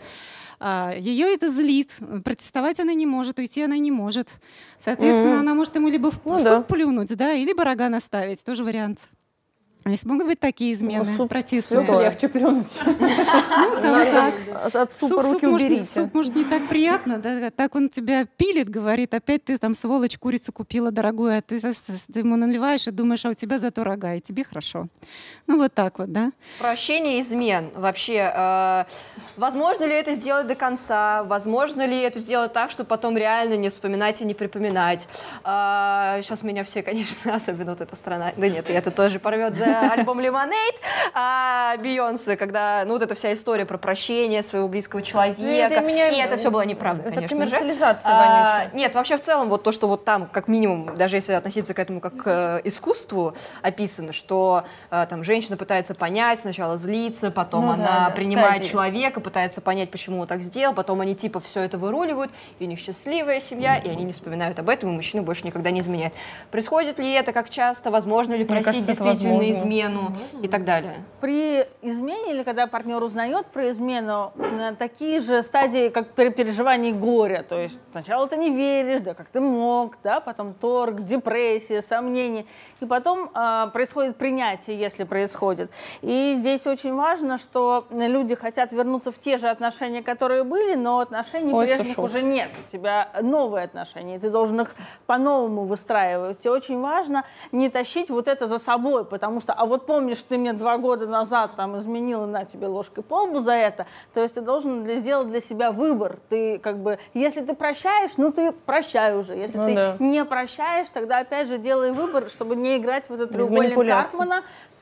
Ее это злит, протестовать она не может, уйти она не может. Соответственно, она может ему либо в суп плюнуть, да, или роган оставить, тоже вариант. То есть могут быть такие измены, противные. Суп легче плюнуть. Ну, как. От супа руки уберите. Суп, может, не так приятно, да? Так он тебя пилит, говорит, опять ты там, сволочь, курицу купила дорогую, а ты ему наливаешь и думаешь, а у тебя зато рога, и тебе хорошо. Ну, вот так вот, да? Прощение измен. Вообще, возможно ли это сделать до конца? Возможно ли это сделать так, чтобы потом реально не вспоминать и не припоминать? Сейчас меня все, конечно, особенно вот эта страна... Да нет, это тоже порвет за альбом Lemonade, Бейонсе, когда, ну, вот эта вся история про прощение своего близкого человека. И это все было неправда, это конечно же. коммерциализация вонючая. Нет, вообще в целом вот то, что вот там, как минимум, даже если относиться к этому как к искусству описано, что там женщина пытается понять, сначала злится, потом она принимает человека, пытается понять, почему он так сделал, потом они типа все это выруливают, и у них счастливая семья, и они не вспоминают об этом, и мужчина больше никогда не изменяет. Происходит ли это, как часто, возможно ли простить действительно измену и так далее? При измене или когда партнер узнает про измену, такие же стадии, как при переживании горя. То есть сначала ты не веришь, да как ты мог, да, потом торг, депрессия, сомнения. И потом происходит принятие, если происходит. И здесь очень важно, что люди хотят вернуться в те же отношения, которые были, но отношений прежних уже нет. У тебя новые отношения, и ты должен их по-новому выстраивать. И очень важно не тащить вот это за собой, потому что, а вот помнишь, ты мне 2 года назад там изменила, на тебе ложкой по лбу за это. То есть ты должен сделать для себя выбор. Ты как бы, если ты прощаешь, ну ты прощай уже. Если ты не прощаешь, тогда опять же делай выбор, чтобы не играть в этот треугольник Карпмана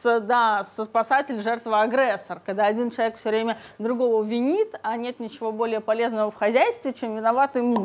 с спасатель, жертва, агрессор. Когда один человек все время другого винит, а нет ничего более полезного в хозяйстве, чем виноватый муж.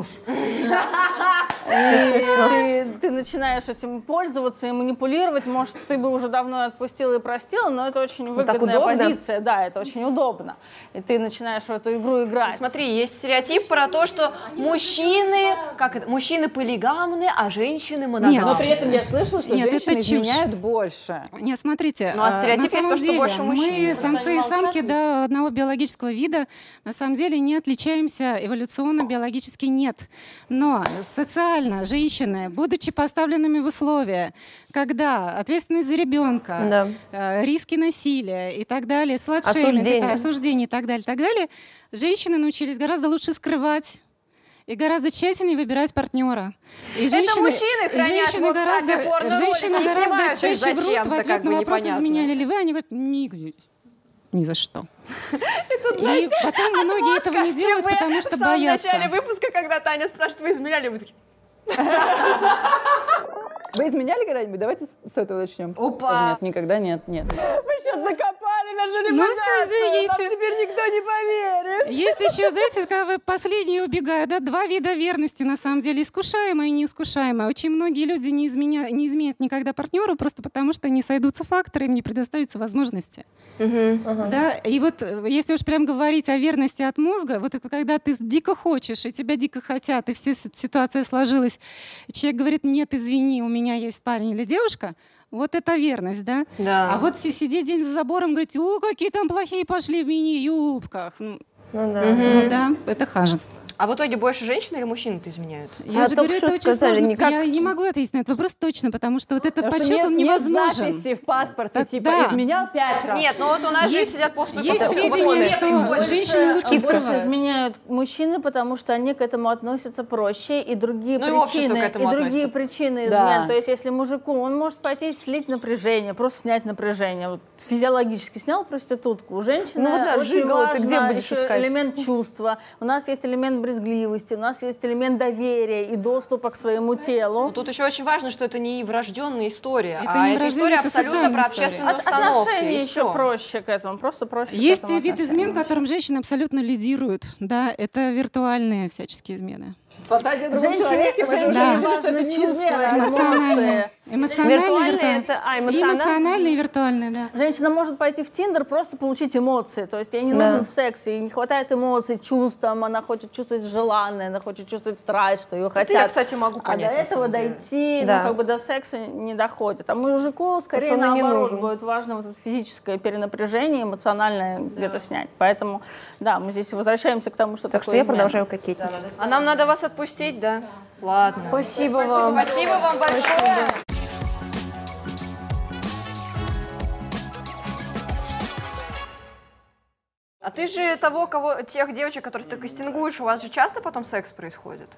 Ты начинаешь этим пользоваться и манипулировать. Может, ты бы уже давно отпустила и простила, но это очень выгодная позиция. Да, это очень удобно. И ты начинаешь в эту игру играть. Смотри, есть стереотип про то, что мужчины полигамны, а женщины моногамны. Но при этом я слышала, что женщины изменяют больше. Нет, смотрите. Ну, а стереотип есть то, что больше мужчин. Мы, самцы и самки, да, одного биологического вида, на самом деле не отличаемся, эволюционно биологически нет. Но социально женщины, будучи поставленными в условия, когда ответственность за ребенка, риски насилия и так далее, осуждение и так далее, женщины научились гораздо лучше скрывать и гораздо тщательнее выбирать партнера. И это мужчины хранят женщины гораздо чаще врут в ответ на вопрос, изменяли ли вы, они говорят, ни за что. И потом многие этого не делают, потому что боятся. В начале выпуска, когда Таня спрашивает, вы изменяли, вы такие... Вы изменяли когда-нибудь? Давайте с этого начнем. Опа! Нет, никогда нет. Мы сейчас закопали нашу репутацию, нам теперь никто не поверит. Есть еще, знаете, когда вы последние убегают, да, 2 вида верности, на самом деле, искушаемая и неискушаемая. Очень многие люди не изменят никогда партнеру, просто потому что не сойдутся факторы, им не предоставятся возможности. Да? И вот если уж прям говорить о верности от мозга, вот это когда ты дико хочешь, и тебя дико хотят, и вся ситуация сложилась, человек говорит, нет, извини, у меня есть парень или девушка, вот это верность, да? Да. А вот сидеть день за забором, говорить, какие там плохие пошли в мини-юбках. Ну да, это хаженство. А в итоге больше женщин или мужчин это изменяют? Я же говорю, это очень сложно. Я не могу ответить на этот вопрос точно, потому что вот этот подсчет, он невозможен. Нет записи в паспорте, типа, да. изменял 5 раз. Нет, ну вот у нас же сидят после Есть сведения, что женщины лучше больше изменяют мужчины, потому что они к этому относятся проще, и другие причины измен. То есть, если мужику, он может пойти слить напряжение, просто снять напряжение. Вот физиологически снял проститутку. У женщины очень важно еще элемент чувства. У нас есть элемент брезгливости, у нас есть элемент доверия и доступа к своему телу. Но тут еще очень важно, что это не врожденная история, это история абсолютно про общественную установку. Отношения еще проще к этому, просто проще. Есть вид измен, в котором женщины абсолютно лидируют. Да, это виртуальные всяческие измены. Фантазия другого человека, мы же уже решили, что это не измена. Эмоциональные и виртуальные, да. Женщина может пойти в Тиндер, просто получить эмоции. То есть ей не нужен секс, ей не хватает эмоций, чувств, она хочет чувствовать желанное, она хочет чувствовать страсть, что ее хотят. Это я, кстати, могу понять. А до этого дойти, до секса не доходит. А мужику скорее наоборот будет важно вот это физическое перенапряжение, эмоциональное где-то снять. Поэтому, да, мы здесь возвращаемся к тому, что так что я продолжаю кокетничать. А нам надо вас отпустить, да? Ладно. Спасибо вам. Спасибо вам большое. А ты же тех девочек, которых ты кастингуешь, у вас же часто потом секс происходит?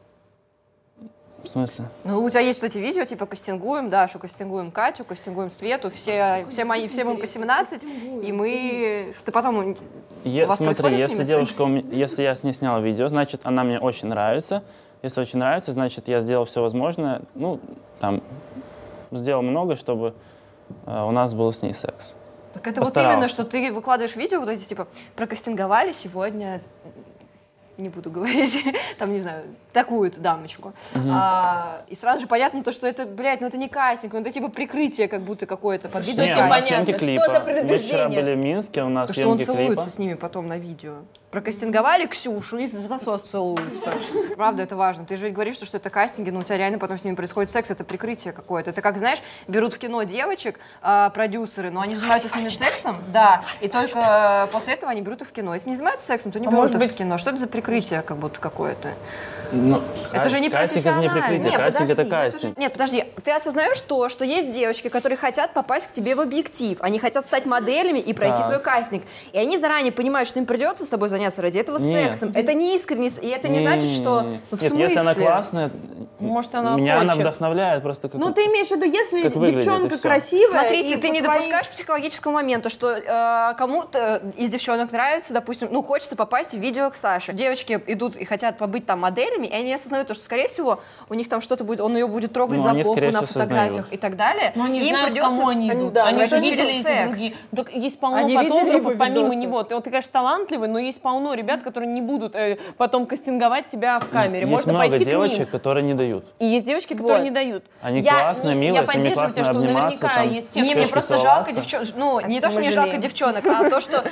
В смысле? Ну, у тебя есть вот эти видео, типа кастингуем Дашу, кастингуем Катю, кастингуем Свету, все мы по 17, и мы... Ты потом... Смотри, если я с ней снял видео, значит, она мне очень нравится. Если очень нравится, значит, я сделал все возможное, сделал много, чтобы у нас был с ней секс. Так это вот именно, что ты выкладываешь видео, вот эти, типа, прокастинговали сегодня, не буду говорить, там, не знаю, такую-то дамочку. И сразу же понятно, что это, это не кастинг, это типа прикрытие как будто какое-то под видео. Съемки клипа. Мы вчера были в Минске, у нас съемки клипа. Что он целуется с ними потом на видео. Прокастинговали Ксюшу и в засос целуются. Правда, это важно. Ты же говоришь, что это кастинги, но у тебя реально потом с ними происходит секс, это прикрытие какое-то. Это как, знаешь, берут в кино девочек, продюсеры, но они занимаются с ними сексом, да, и только после этого они берут их в кино. Если не занимаются сексом, то не берут их в кино. Что это за прикрытие как будто какое-то? Это же не профессионально. Кастинг — это не прикрытие, кастинг — это кастинг. Нет, подожди, ты осознаешь то, что есть девочки, которые хотят попасть к тебе в объектив, они хотят стать моделями и пройти твой кастинг, и они заранее понимают, что им придется с тобой заняться ради этого сексом. Это не искренне, и это не значит, что... В смысле? Если она классная, может, она меня она вдохновляет просто как... Ну, ты имеешь в виду, если девчонка красивая... Смотрите, ты не допускаешь психологического момента, что кому-то из девчонок нравится, допустим, хочется попасть в видео к Саше. Девочки идут и хотят побыть там моделями, и они осознают то, что, скорее всего, у них там что-то будет, он ее будет трогать за попу на фотографиях и так далее. Но они знают, к кому они идут. Они же видели секс. Есть полно фотографов помимо него. Ты, конечно, талантливый, но есть полно ребят, которые не будут потом кастинговать тебя в камере. Есть много девочек, которые не дают. И есть девочки, которые не дают. Они классные, милые, с ними классно обниматься. Мне просто жалко девчонок. Не то, что мне жалко девчонок, а то, что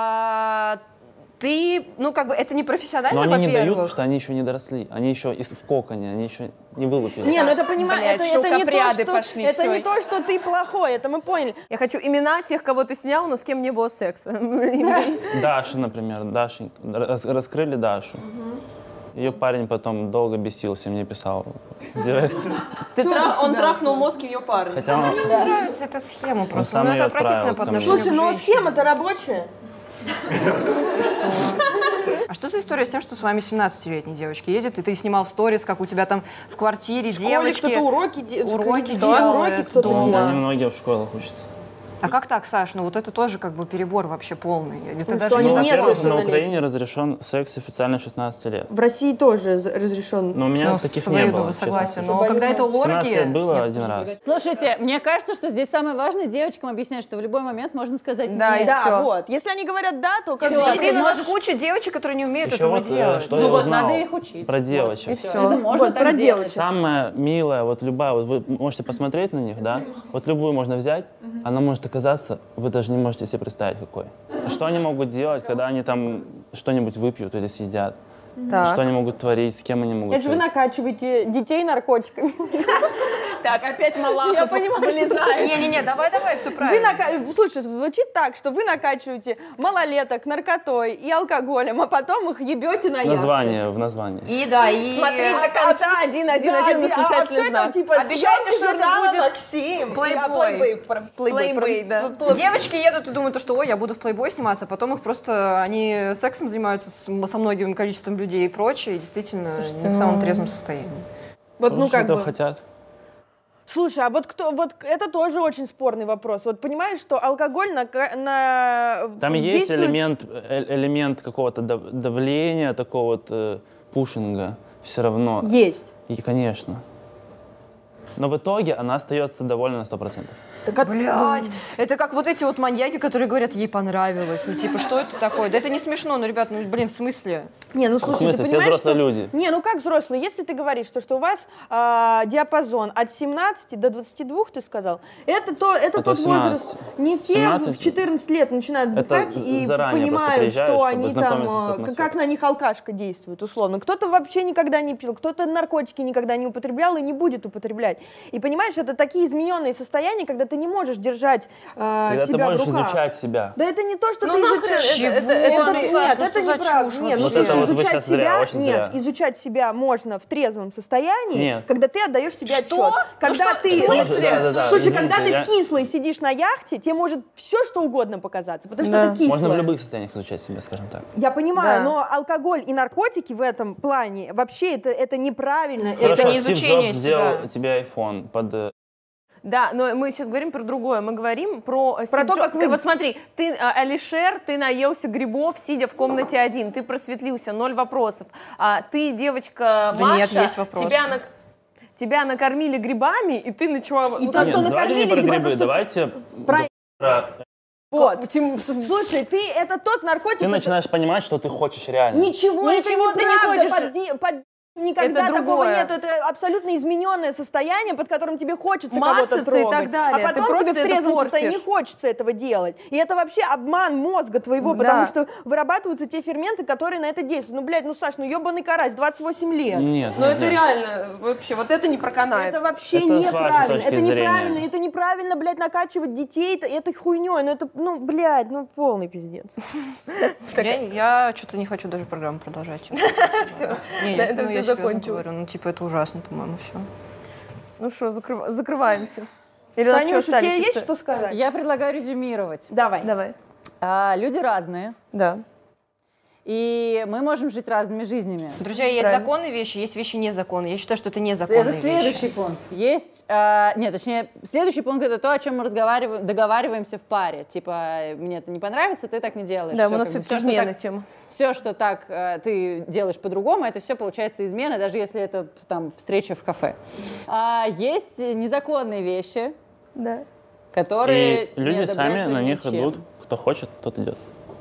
ты, это не профессионально, во-первых. Но они не дают, потому что они еще не доросли. Они еще в коконе, они еще не вылупились. Не, это понимаешь, это не то, что ты плохой, это мы поняли. Я хочу имена тех, кого ты снял, но с кем не было секса. Даша, например, раскрыли Дашу. Ее парень потом долго бесился, мне писал директ. Он трахнул мозг ее парня. Хотя мне не нравится эта схема просто. Это отвратительно по отношению к женщине. Слушай, схема-то рабочая. А что за история с тем, что с вами 17-летние девочки ездят, и ты снимал в сторис, как у тебя там в квартире девочки... кто-то уроки делает дома. Они многие в школах учатся. А как так, Саш? Это тоже как бы перебор вообще полный. Это даже во-первых, на Украине разрешен секс официально 16 лет. В России тоже разрешен. Но у меня таких не было. Согласен. Но когда это оргия... 17 лет было один раз. Слушайте, мне кажется, что здесь самое важное девочкам объяснять, что в любой момент можно сказать «нет». Да, вот. Если они говорят «да», то как бы... Если у нас куча девочек, которые не умеют этого делать. Что я узнал надо их учить. Про девочек. И все. Это можно так делать. Самая милая, любая, вы можете посмотреть на них, да? Любую можно взять, она может оказаться... Вы даже не можете себе представить, какой. Что они могут делать, когда они там что-нибудь выпьют или съедят? что они могут творить, с кем они могут Это же вы творить. накачиваете детей наркотиками. Так, опять Малахов Я понимаю, вылезает. Не-не-не, давай, все правильно. Слушай, звучит так, что вы накачиваете малолеток наркотой и алкоголем, а потом их ебете на яхте. Название, в названии. И да, и... Смотри, до конца 1-1-1 восклицательный знак. Обещайте, что это будет Максим. Плейбой. Плейбой, да. Девочки едут и думают, что ой, я буду в плейбой сниматься, а потом их просто, они сексом занимаются со многим количеством людей и прочее, и действительно не в самом трезвом состоянии. Вот, ну как этого бы. хотят. Слушай, а вот это тоже очень спорный вопрос. Вот понимаешь, что алкоголь Там есть элемент какого-то давления, такого вот пушинга все равно. Есть. И, конечно. Но в итоге она остается довольна на 100%. Блядь, это как вот эти вот маньяки, которые говорят, ей понравилось. Ну, типа, что это такое? Да это не смешно, ну, ребят, ну, блин, в смысле? Не, ну, слушай, В смысле, ты все понимаешь, взрослые что... люди. Не, ну как взрослые? Если ты говоришь, что у вас диапазон от 17 до 22, ты сказал, это тот 18. возраст. Не все 17 в 14 лет начинают бухать и заранее просто понимают, приезжаешь, что чтобы они знакомиться с там, атмосферой. как на них алкашка действует, условно. Кто-то вообще никогда не пил, кто-то наркотики никогда не употреблял и не будет употреблять. И понимаешь, это такие измененные состояния, когда ты не можешь держать Когда себя ты можешь в руках. изучать себя. Да это не то, что Ну ты нахрен, изучаешь. чего? Нет, Саш, ну это что за неправда. чушь Нет, вообще? Вот это вот вы изучать сейчас зря, себя, очень зря. изучать себя можно в трезвом состоянии, Нет. когда ты отдаешь себе Что? отчет. Когда Ну что, ты, в смысле? Да-да-да, слушай, извините, когда ты я- в кислой сидишь на яхте, тебе может все что угодно показаться, потому что это кислое. Можно в любых состояниях изучать себя, скажем так. Я понимаю, Да. но алкоголь и наркотики в этом плане вообще это неправильно. Это Хорошо, не Стив изучение Джобс себя. сделал тебе iPhone под... Да, но мы сейчас говорим про другое. Мы говорим про то, как вы- Вот смотри, ты, Алишер, ты наелся грибов, сидя в комнате один. Ты просветлился, 0 вопросов. А ты, девочка Да Маша, нет, есть вопросы. тебя накормили грибами, и ты начала... И ну, то, как- что Нет, давайте не накормили про тебя, грибы, то, что- давайте Про- про... Вот. Слушай, ты это тот наркотик... Ты начинаешь понимать, что ты хочешь реально. Ничего, это Ничего ты не неправда. хочешь. Никогда Это такого другое. нет. Это абсолютно измененное состояние, под которым тебе хочется Мацаться кого-то трогать. и так далее. А Ты потом просто тебе в это трезвом форсишь. состоянии не хочется этого делать. И это вообще обман мозга твоего, Да. потому что вырабатываются те ферменты, которые на это действуют. Ну, блядь, ну, Саш, ну, ебаный карась, 28 лет. Нет, Ну нет, это нет. реально, вообще, вот это не проканает. Это вообще Это с вашей неправильно. точки Это неправильно. зрения. Это неправильно, блядь, накачивать детей этой хуйней. Ну, это, ну, блядь, ну, полный пиздец. Я что-то не хочу даже программу продолжать. Все, Не, на этом ну, все я серьезно закончилось. говорю, ну, типа, это ужасно, по-моему, все. Ну что, закрываемся. Или у нас еще Танюш, у тебя остались есть истории? что сказать? Я предлагаю резюмировать. Давай. Давай. Люди разные, Да. и мы можем жить разными жизнями. Друзья, есть Правильно. законные вещи, есть вещи незаконные. Я считаю, что это незаконные Это следующий вещи. пункт. Есть, нет, точнее, следующий пункт это то, о чем мы договариваемся в паре. Типа, мне это не понравится, ты так не делаешь. Да, Всё, у нас как бы, все-таки всё, что измена так- тема. Все, что так ты делаешь по-другому, это все получается измена, даже если это там встреча в кафе. Есть незаконные вещи, Да. которые И не люди сами одобряются на них ничем. идут. Кто хочет, тот идет.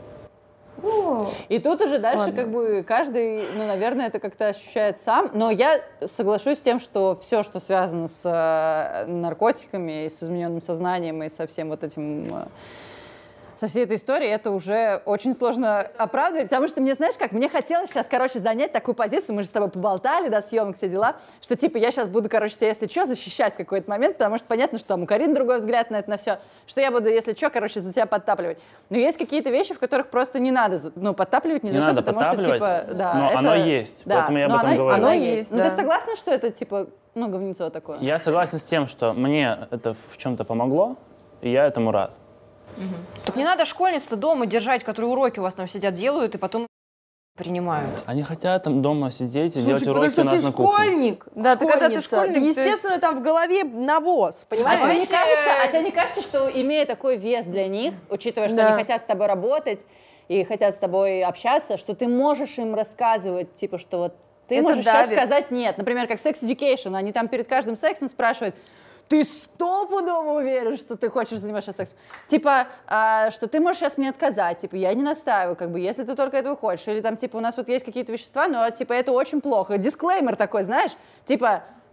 И тут уже дальше Ладно. как бы каждый, ну, наверное, это как-то ощущает сам. Но я соглашусь с тем, что все, что связано с наркотиками, и с измененным сознанием, и со всем вот этим... со всей этой историей, это уже очень сложно оправдывать, потому что мне, знаешь как, мне хотелось сейчас, короче, занять такую позицию, мы же с тобой поболтали, да, съемок, все дела, что типа я сейчас буду, короче, тебя, если что, защищать в какой-то момент, потому что понятно, что там у Карины другой взгляд на это, на все, что я буду, если что, короче, за тебя подтапливать. Но есть какие-то вещи, в которых просто не надо, ну, подтапливать ни Не за что, надо потому что, подтапливать, типа, да, но это... оно есть, поэтому я об но этом говорю. Оно Оно есть. есть, Ну, да. ты согласна, что это, типа, ну, говнецо такое? Я согласен с тем, что мне это в чем-то помогло, и я этому рад. Так не надо школьниц-то дома держать, которые уроки у вас там сидят, делают, и потом принимают. Они хотят там дома сидеть и делать Слушай, потому уроки что у нас ты на кухне. школьник, Да, ты когда ты школьница, школьник, ты, ты- естественно, там в голове навоз, понимаешь? А тебе не кажется, что имея такой вес для них, учитывая, что Да. они хотят с тобой работать и хотят с тобой общаться, что ты можешь им рассказывать, типа, что вот ты Это можешь сейчас давит. сказать нет. Например, как в Sex Education, они там перед каждым сексом спрашивают, ты стопудово уверен, что ты хочешь заниматься сексом? Типа, что ты можешь сейчас мне отказать, типа, я не настаиваю, как бы, если ты только этого хочешь. Или там, типа, у нас вот есть какие-то вещества, но, типа, это очень плохо. Дисклеймер такой, знаешь, типа,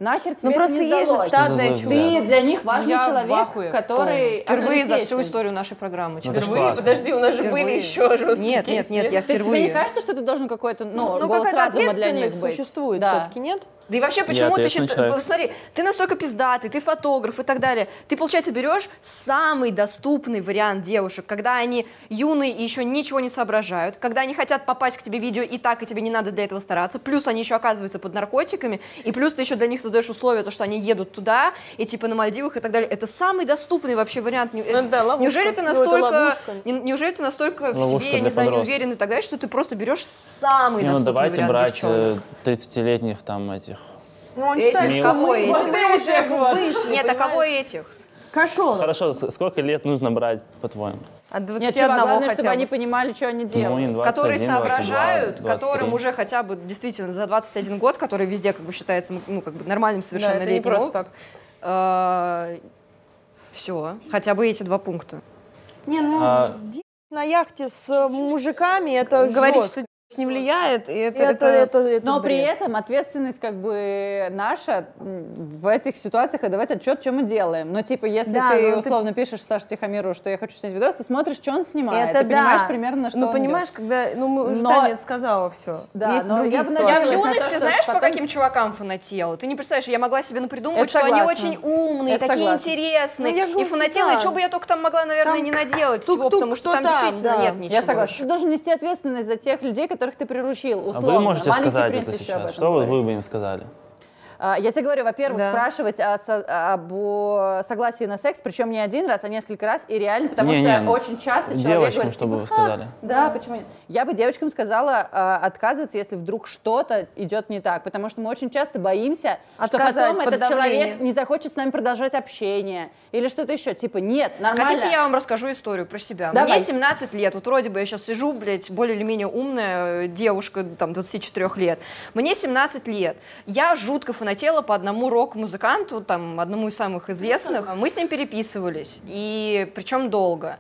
Нахер тебе Ну просто не есть же сдалось. стадное Ты чувство. Ты для них важный Я в человек, ахуе. который Впервые за всю авторитетен. историю нашей программы. Ну, это ж Впервые? классно. Подожди, у нас же Впервые. были еще жесткие Нет, кейсы. я Тебе не впервые. кажется, что ты должен какой-то, Ну, голос какая-то разума для них ответственность быть? существует Да. все-таки, нет? Да и вообще, почему ты ответственный человек. Смотри, ты настолько пиздатый, ты фотограф и так далее. Ты, получается, берешь самый доступный вариант девушек, когда они юные и еще ничего не соображают, когда они хотят попасть к тебе в видео и так, и тебе не надо для этого стараться, плюс они еще оказываются под наркотиками, и плюс ты еще для них создаешь условия, то, что они едут туда, и типа на Мальдивах и так далее. Это самый доступный вообще вариант. да, ловушка. Неужели ты Ну, это настолько, ловушка. неужели ты настолько в Ловушка себе, я для не знаю, не подростков. уверен и так далее, что ты просто берешь самый Не, ну доступный давайте вариант брать девчонок? 30-летних там этих. Ну, он Этих? считает, что Кого мы- этих? вот мы уже вышли, Нет, а кого понимаешь? этих? Кошелок. Хорошо, сколько лет нужно брать, по-твоему? От 21 Нет, чувак, главное, хотя чтобы бы. они понимали, что они Ну, делают. не 21, Которые 22, соображают, 23. которым уже хотя бы действительно за 21 год, который везде как бы считается ну, как бы нормальным Да, это совершеннолетним. не просто так. Все, хотя бы эти два пункта. Не, ну, А- на яхте с мужиками это Говорит, жестко. что не влияет, и Это Но при бред. этом ответственность как бы наша в этих ситуациях отдавать отчет, что мы делаем. Но типа, если Да, ты ну, условно пишешь Саше Тихомирову, что я хочу снять видос, ты смотришь, что он снимает, Это ты понимаешь да. примерно, что Ну, он понимаешь, идет. когда... Ну, мы уже Но- Таня сказала все. Да, Есть но другие я бы ситуации. Я в надеялась на то, юности, что знаешь, по потом- каким чувакам фанатела? Ты не представляешь, я могла себе напридумывать, Это что они согласна. очень умные, Это такие согласна. интересные. Ну, я И говорю, фанатела, да. и что бы я только там могла, наверное, Там не наделать всего, тук-тук, потому что кто там там, действительно да. нет ничего. Я согласна. Ты должен нести ответственность за тех людей, которых ты приручил, А условно. вы можете Маленький сказать принц это еще об сейчас? этом Что вот говорит. вы бы им сказали? Я тебе говорю, во-первых, Да. спрашивать об согласии на секс, причем не один раз, а несколько раз, и реально, потому Не, что не, очень часто человек девочкам, говорит, чтобы типа, вы сказали. Да, почему нет? Я бы девочкам сказала отказываться, если вдруг что-то идет не так, потому что мы очень часто боимся, что Отказать потом под этот человек давлением. не захочет с нами продолжать общение или что-то еще. Типа, нет, нормально. Хотите, я вам расскажу историю про себя? Давай. Мне 17 лет, вот вроде бы я сейчас сижу, блядь, более или менее умная девушка, там, 24 лет. Мне 17 лет. Я жутко фанатела по одному рок-музыканту, там, одному из самых известных. Мы с ним переписывались, и причем долго.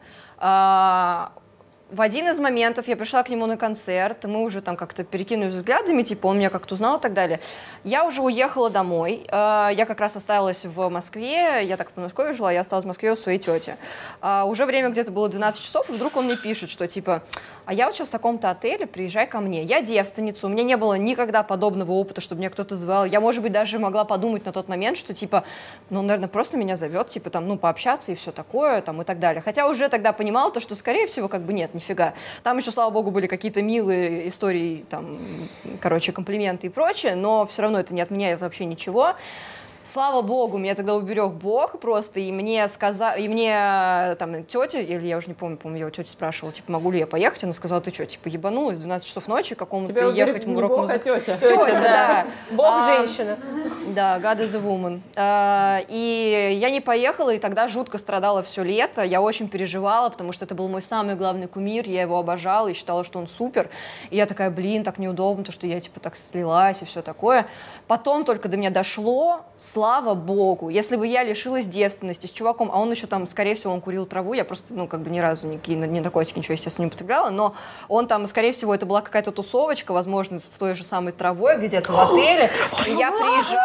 В один из моментов я пришла к нему на концерт, мы уже там как-то перекинулись взглядами, типа он меня как-то узнал и так далее. Я уже уехала домой, я как раз осталась в Москве, я так в Подмосковье жила, я осталась в Москве у своей тети. Уже время где-то было 12 часов, и вдруг он мне пишет, что типа, а я вот сейчас в таком-то отеле, приезжай ко мне. Я девственница, у меня не было никогда подобного опыта, чтобы меня кто-то звал. Я, может быть, даже могла подумать на тот момент, что типа, ну, он, наверное, просто меня зовет, типа там, ну, пообщаться и все такое, там, и так далее. Хотя уже тогда понимала то, что, скорее всего, как бы нет, нифига. Там еще, слава богу, были какие-то милые истории, там, короче, комплименты и прочее, но все равно это не отменяет вообще ничего. Слава богу, меня тогда уберег Бог просто, и мне сказали, и мне там тетя, или я уже не помню, я у тети спрашивала, типа, могу ли я поехать, она сказала, ты что, типа, ебанулась, 12 часов ночи, какому-то ехать в рок-музыку. тетя. Тетя, да. Бог женщина. Да, God is a woman. И я не поехала, и тогда жутко страдала все лето. Я очень переживала, потому что это был мой самый главный кумир, я его обожала и считала, что он супер. И я такая, блин, так неудобно, то, что я типа так слилась и все такое. Потом только до меня дошло, слава богу, если бы я лишилась девственности с чуваком, а он еще там, скорее всего, он курил траву, я просто, ну, как бы ни разу никакие наркотики, ничего, естественно, не употребляла, но он там, скорее всего, это была какая-то тусовочка, возможно, с той же самой травой где-то в отеле, и я приезжаю.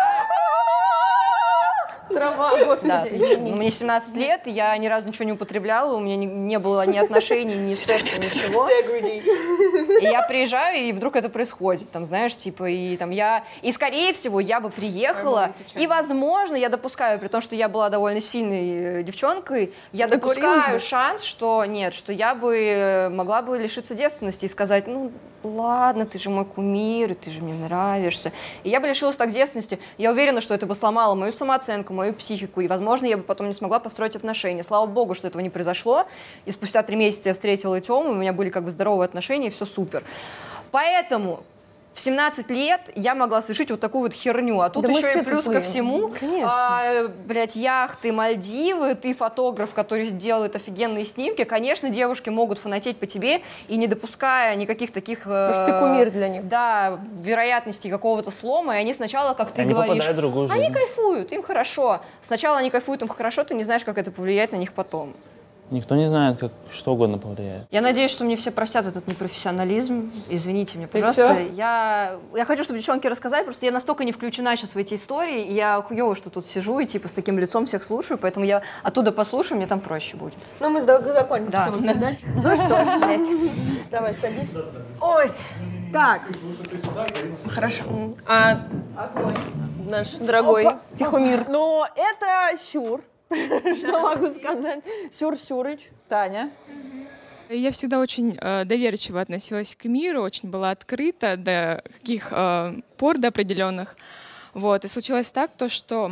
Трава, Да, господи. ну, мне 17 лет, я ни разу ничего не употребляла, у меня не было ни отношений, ни секса, ничего. И я приезжаю, и вдруг это происходит, там, знаешь, типа, и там я... И, скорее всего, я бы приехала, и, возможно, я допускаю, при том, что я была довольно сильной девчонкой, я допускаю шанс, что нет, что я бы могла бы лишиться девственности и сказать, ну, ладно, ты же мой кумир, и ты же мне нравишься. И я бы лишилась так девственности. Я уверена, что это бы сломало мою самооценку, мою психику, и, возможно, я бы потом не смогла построить отношения. Слава богу, что этого не произошло. И спустя 3 месяца я встретила Тему, у меня были как бы здоровые отношения, и все супер. Поэтому в 17 лет я могла совершить вот такую вот херню. А тут Да мы еще все и плюс тупые. ко всему, блядь, яхты, Мальдивы, ты фотограф, который делает офигенные снимки. Конечно, девушки могут фанатеть по тебе, и не допуская никаких таких... Потому что ты кумир для них. Да, вероятности какого-то слома, и они сначала, как ты Они говоришь, попадают в другую жизнь. они кайфуют, им хорошо. Сначала они кайфуют, им хорошо, ты не знаешь, как это повлияет на них потом. Никто не знает, как что угодно повлияет. Я надеюсь, что мне все простят этот непрофессионализм. Извините меня, пожалуйста. Я хочу, чтобы девчонки рассказали, просто я настолько не включена сейчас в эти истории, и я хуёво, что тут сижу и типа с таким лицом всех слушаю, поэтому я оттуда послушаю, мне там проще будет. Ну, мы закончим. Да. Ну что ж, блядь. Давай, садись. Ось. Так. Хорошо. А наш дорогой Тихомир. Ну, это Сюр. Что могу сказать? Сюр-Сюрыч. Таня? Я всегда очень доверчиво относилась к миру, очень была открыта до каких пор, до определенных. Вот. И случилось так, то, что...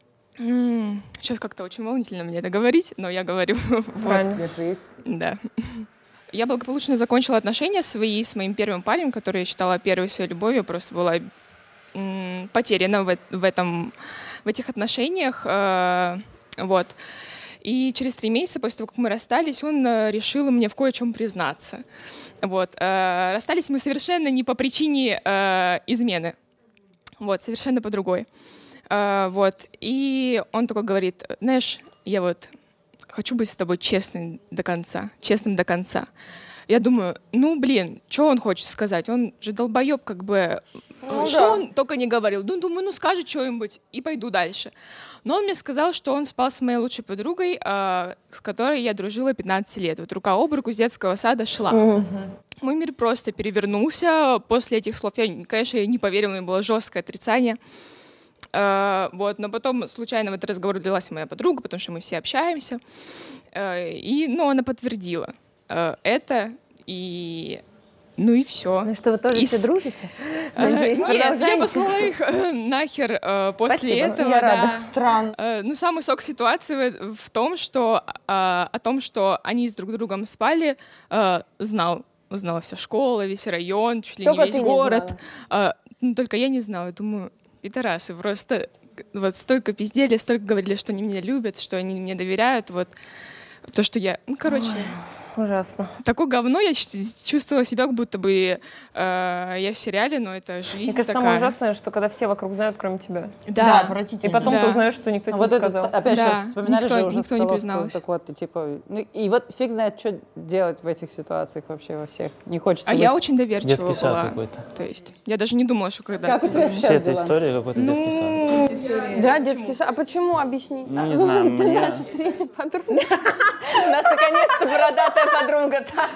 Сейчас как-то очень волнительно мне это говорить, но я говорю. Вот. Держись. Да. Я благополучно закончила отношения свои с моим первым парнем, который я считала первой своей любовью, просто была потеряна в этих отношениях. Вот. И через 3 месяца после того, как мы расстались, он решил мне в кое-чем признаться. Вот. Расстались мы совершенно не по причине измены. Вот, совершенно по другой. Вот. И он такой говорит: знаешь, я вот хочу быть с тобой честным до конца. Я думаю, ну, блин, что он хочет сказать? Он же долбоеб, как бы, что он только не говорил. Ну, думаю, ну, скажет что-нибудь, и пойду дальше. Но он мне сказал, что он спал с моей лучшей подругой, с которой я дружила 15 лет. Вот рука об руку с детского сада шла. Мой мир просто перевернулся после этих слов. Конечно, я не поверила, у меня было жесткое отрицание. Вот, но потом случайно в этот разговор влилась моя подруга, потому что мы все общаемся. И, она подтвердила это, и ну и все. Ну что, вы тоже все дружите? Надеюсь, я послала их нахер после этого. Я рада. Странно. Ну, самый сок ситуации в том, что о том, что они с друг другом спали, знала вся школа, весь район, чуть ли не весь город. Только я не знала. Думаю, пидорасы, просто вот столько пиздели, столько говорили, что они меня любят, что они мне доверяют, вот то, что я, Ужасно. Такое говно, я чувствовала себя, как будто бы я в сериале, но это жизнь. Мне кажется, такая. самое ужасное, что когда все вокруг знают, кроме тебя. Да, отвратительно. И потом ты узнаешь, что никто тебе не сказал. Опять же, вспоминали же уже никто не призналась. И вот фиг знает, что делать в этих ситуациях вообще во всех. Не хочется. Я очень доверчива детский сад была. Какой-то. То есть я даже не думала, что когда... Как у тебя Все сейчас эта дела? история какой-то детский сад. Да, детский сад. А почему? Объясни. Ну, не знаю, Ты мне... наша третья подруга. У нас наконец-то бородатая подруга. Так.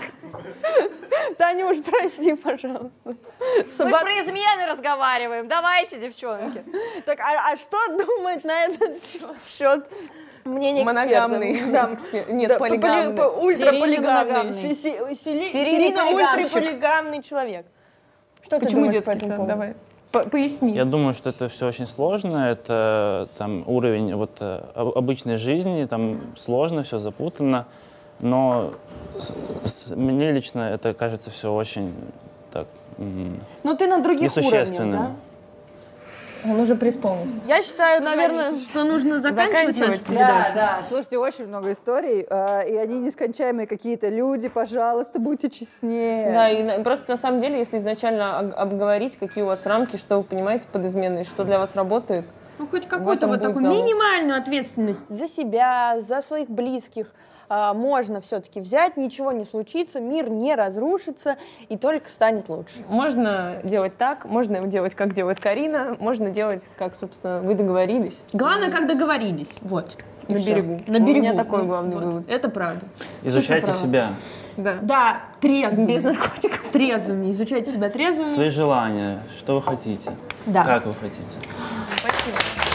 Танюш, прости, пожалуйста. Мы же про измены разговариваем. Давайте, девчонки. Так, а что думает на этот счет мнение Моногамный. экспертов? Нет, полигамный. Ультраполигамный. Серийный Серийно полигамщик. ультраполигамный человек. Что ты Почему думаешь по детский этому сад? поводу? Давай. Поясни. Я думаю, что это все очень сложно. Это там уровень вот обычной жизни, там сложно, все запутанно. Но мне лично это кажется все очень так Ну ты на других уровнях, несущественным. да? Он уже преисполнился. Я считаю, наверное, что нужно заканчивать нашу передачу. Да, слушайте, очень много историй, и они нескончаемые какие-то. Люди, пожалуйста, будьте честнее. Да, и просто на самом деле, если изначально обговорить, какие у вас рамки, что вы понимаете под изменой, что для вас работает. Ну, хоть какую-то вот такую залог. минимальную ответственность за себя, за своих близких можно все-таки взять, ничего не случится, мир не разрушится и только станет лучше. Можно делать так, можно делать, как делает Карина, можно делать, как, собственно, вы договорились. Главное, как договорились. Вот. На берегу. На берегу. У меня такой главный вывод. Это правда. Изучайте себя, Да. Да, трезвыми. Без наркотиков. Трезвыми. Изучайте себя трезвыми. свои желания, что вы хотите, Да. как вы хотите. Спасибо.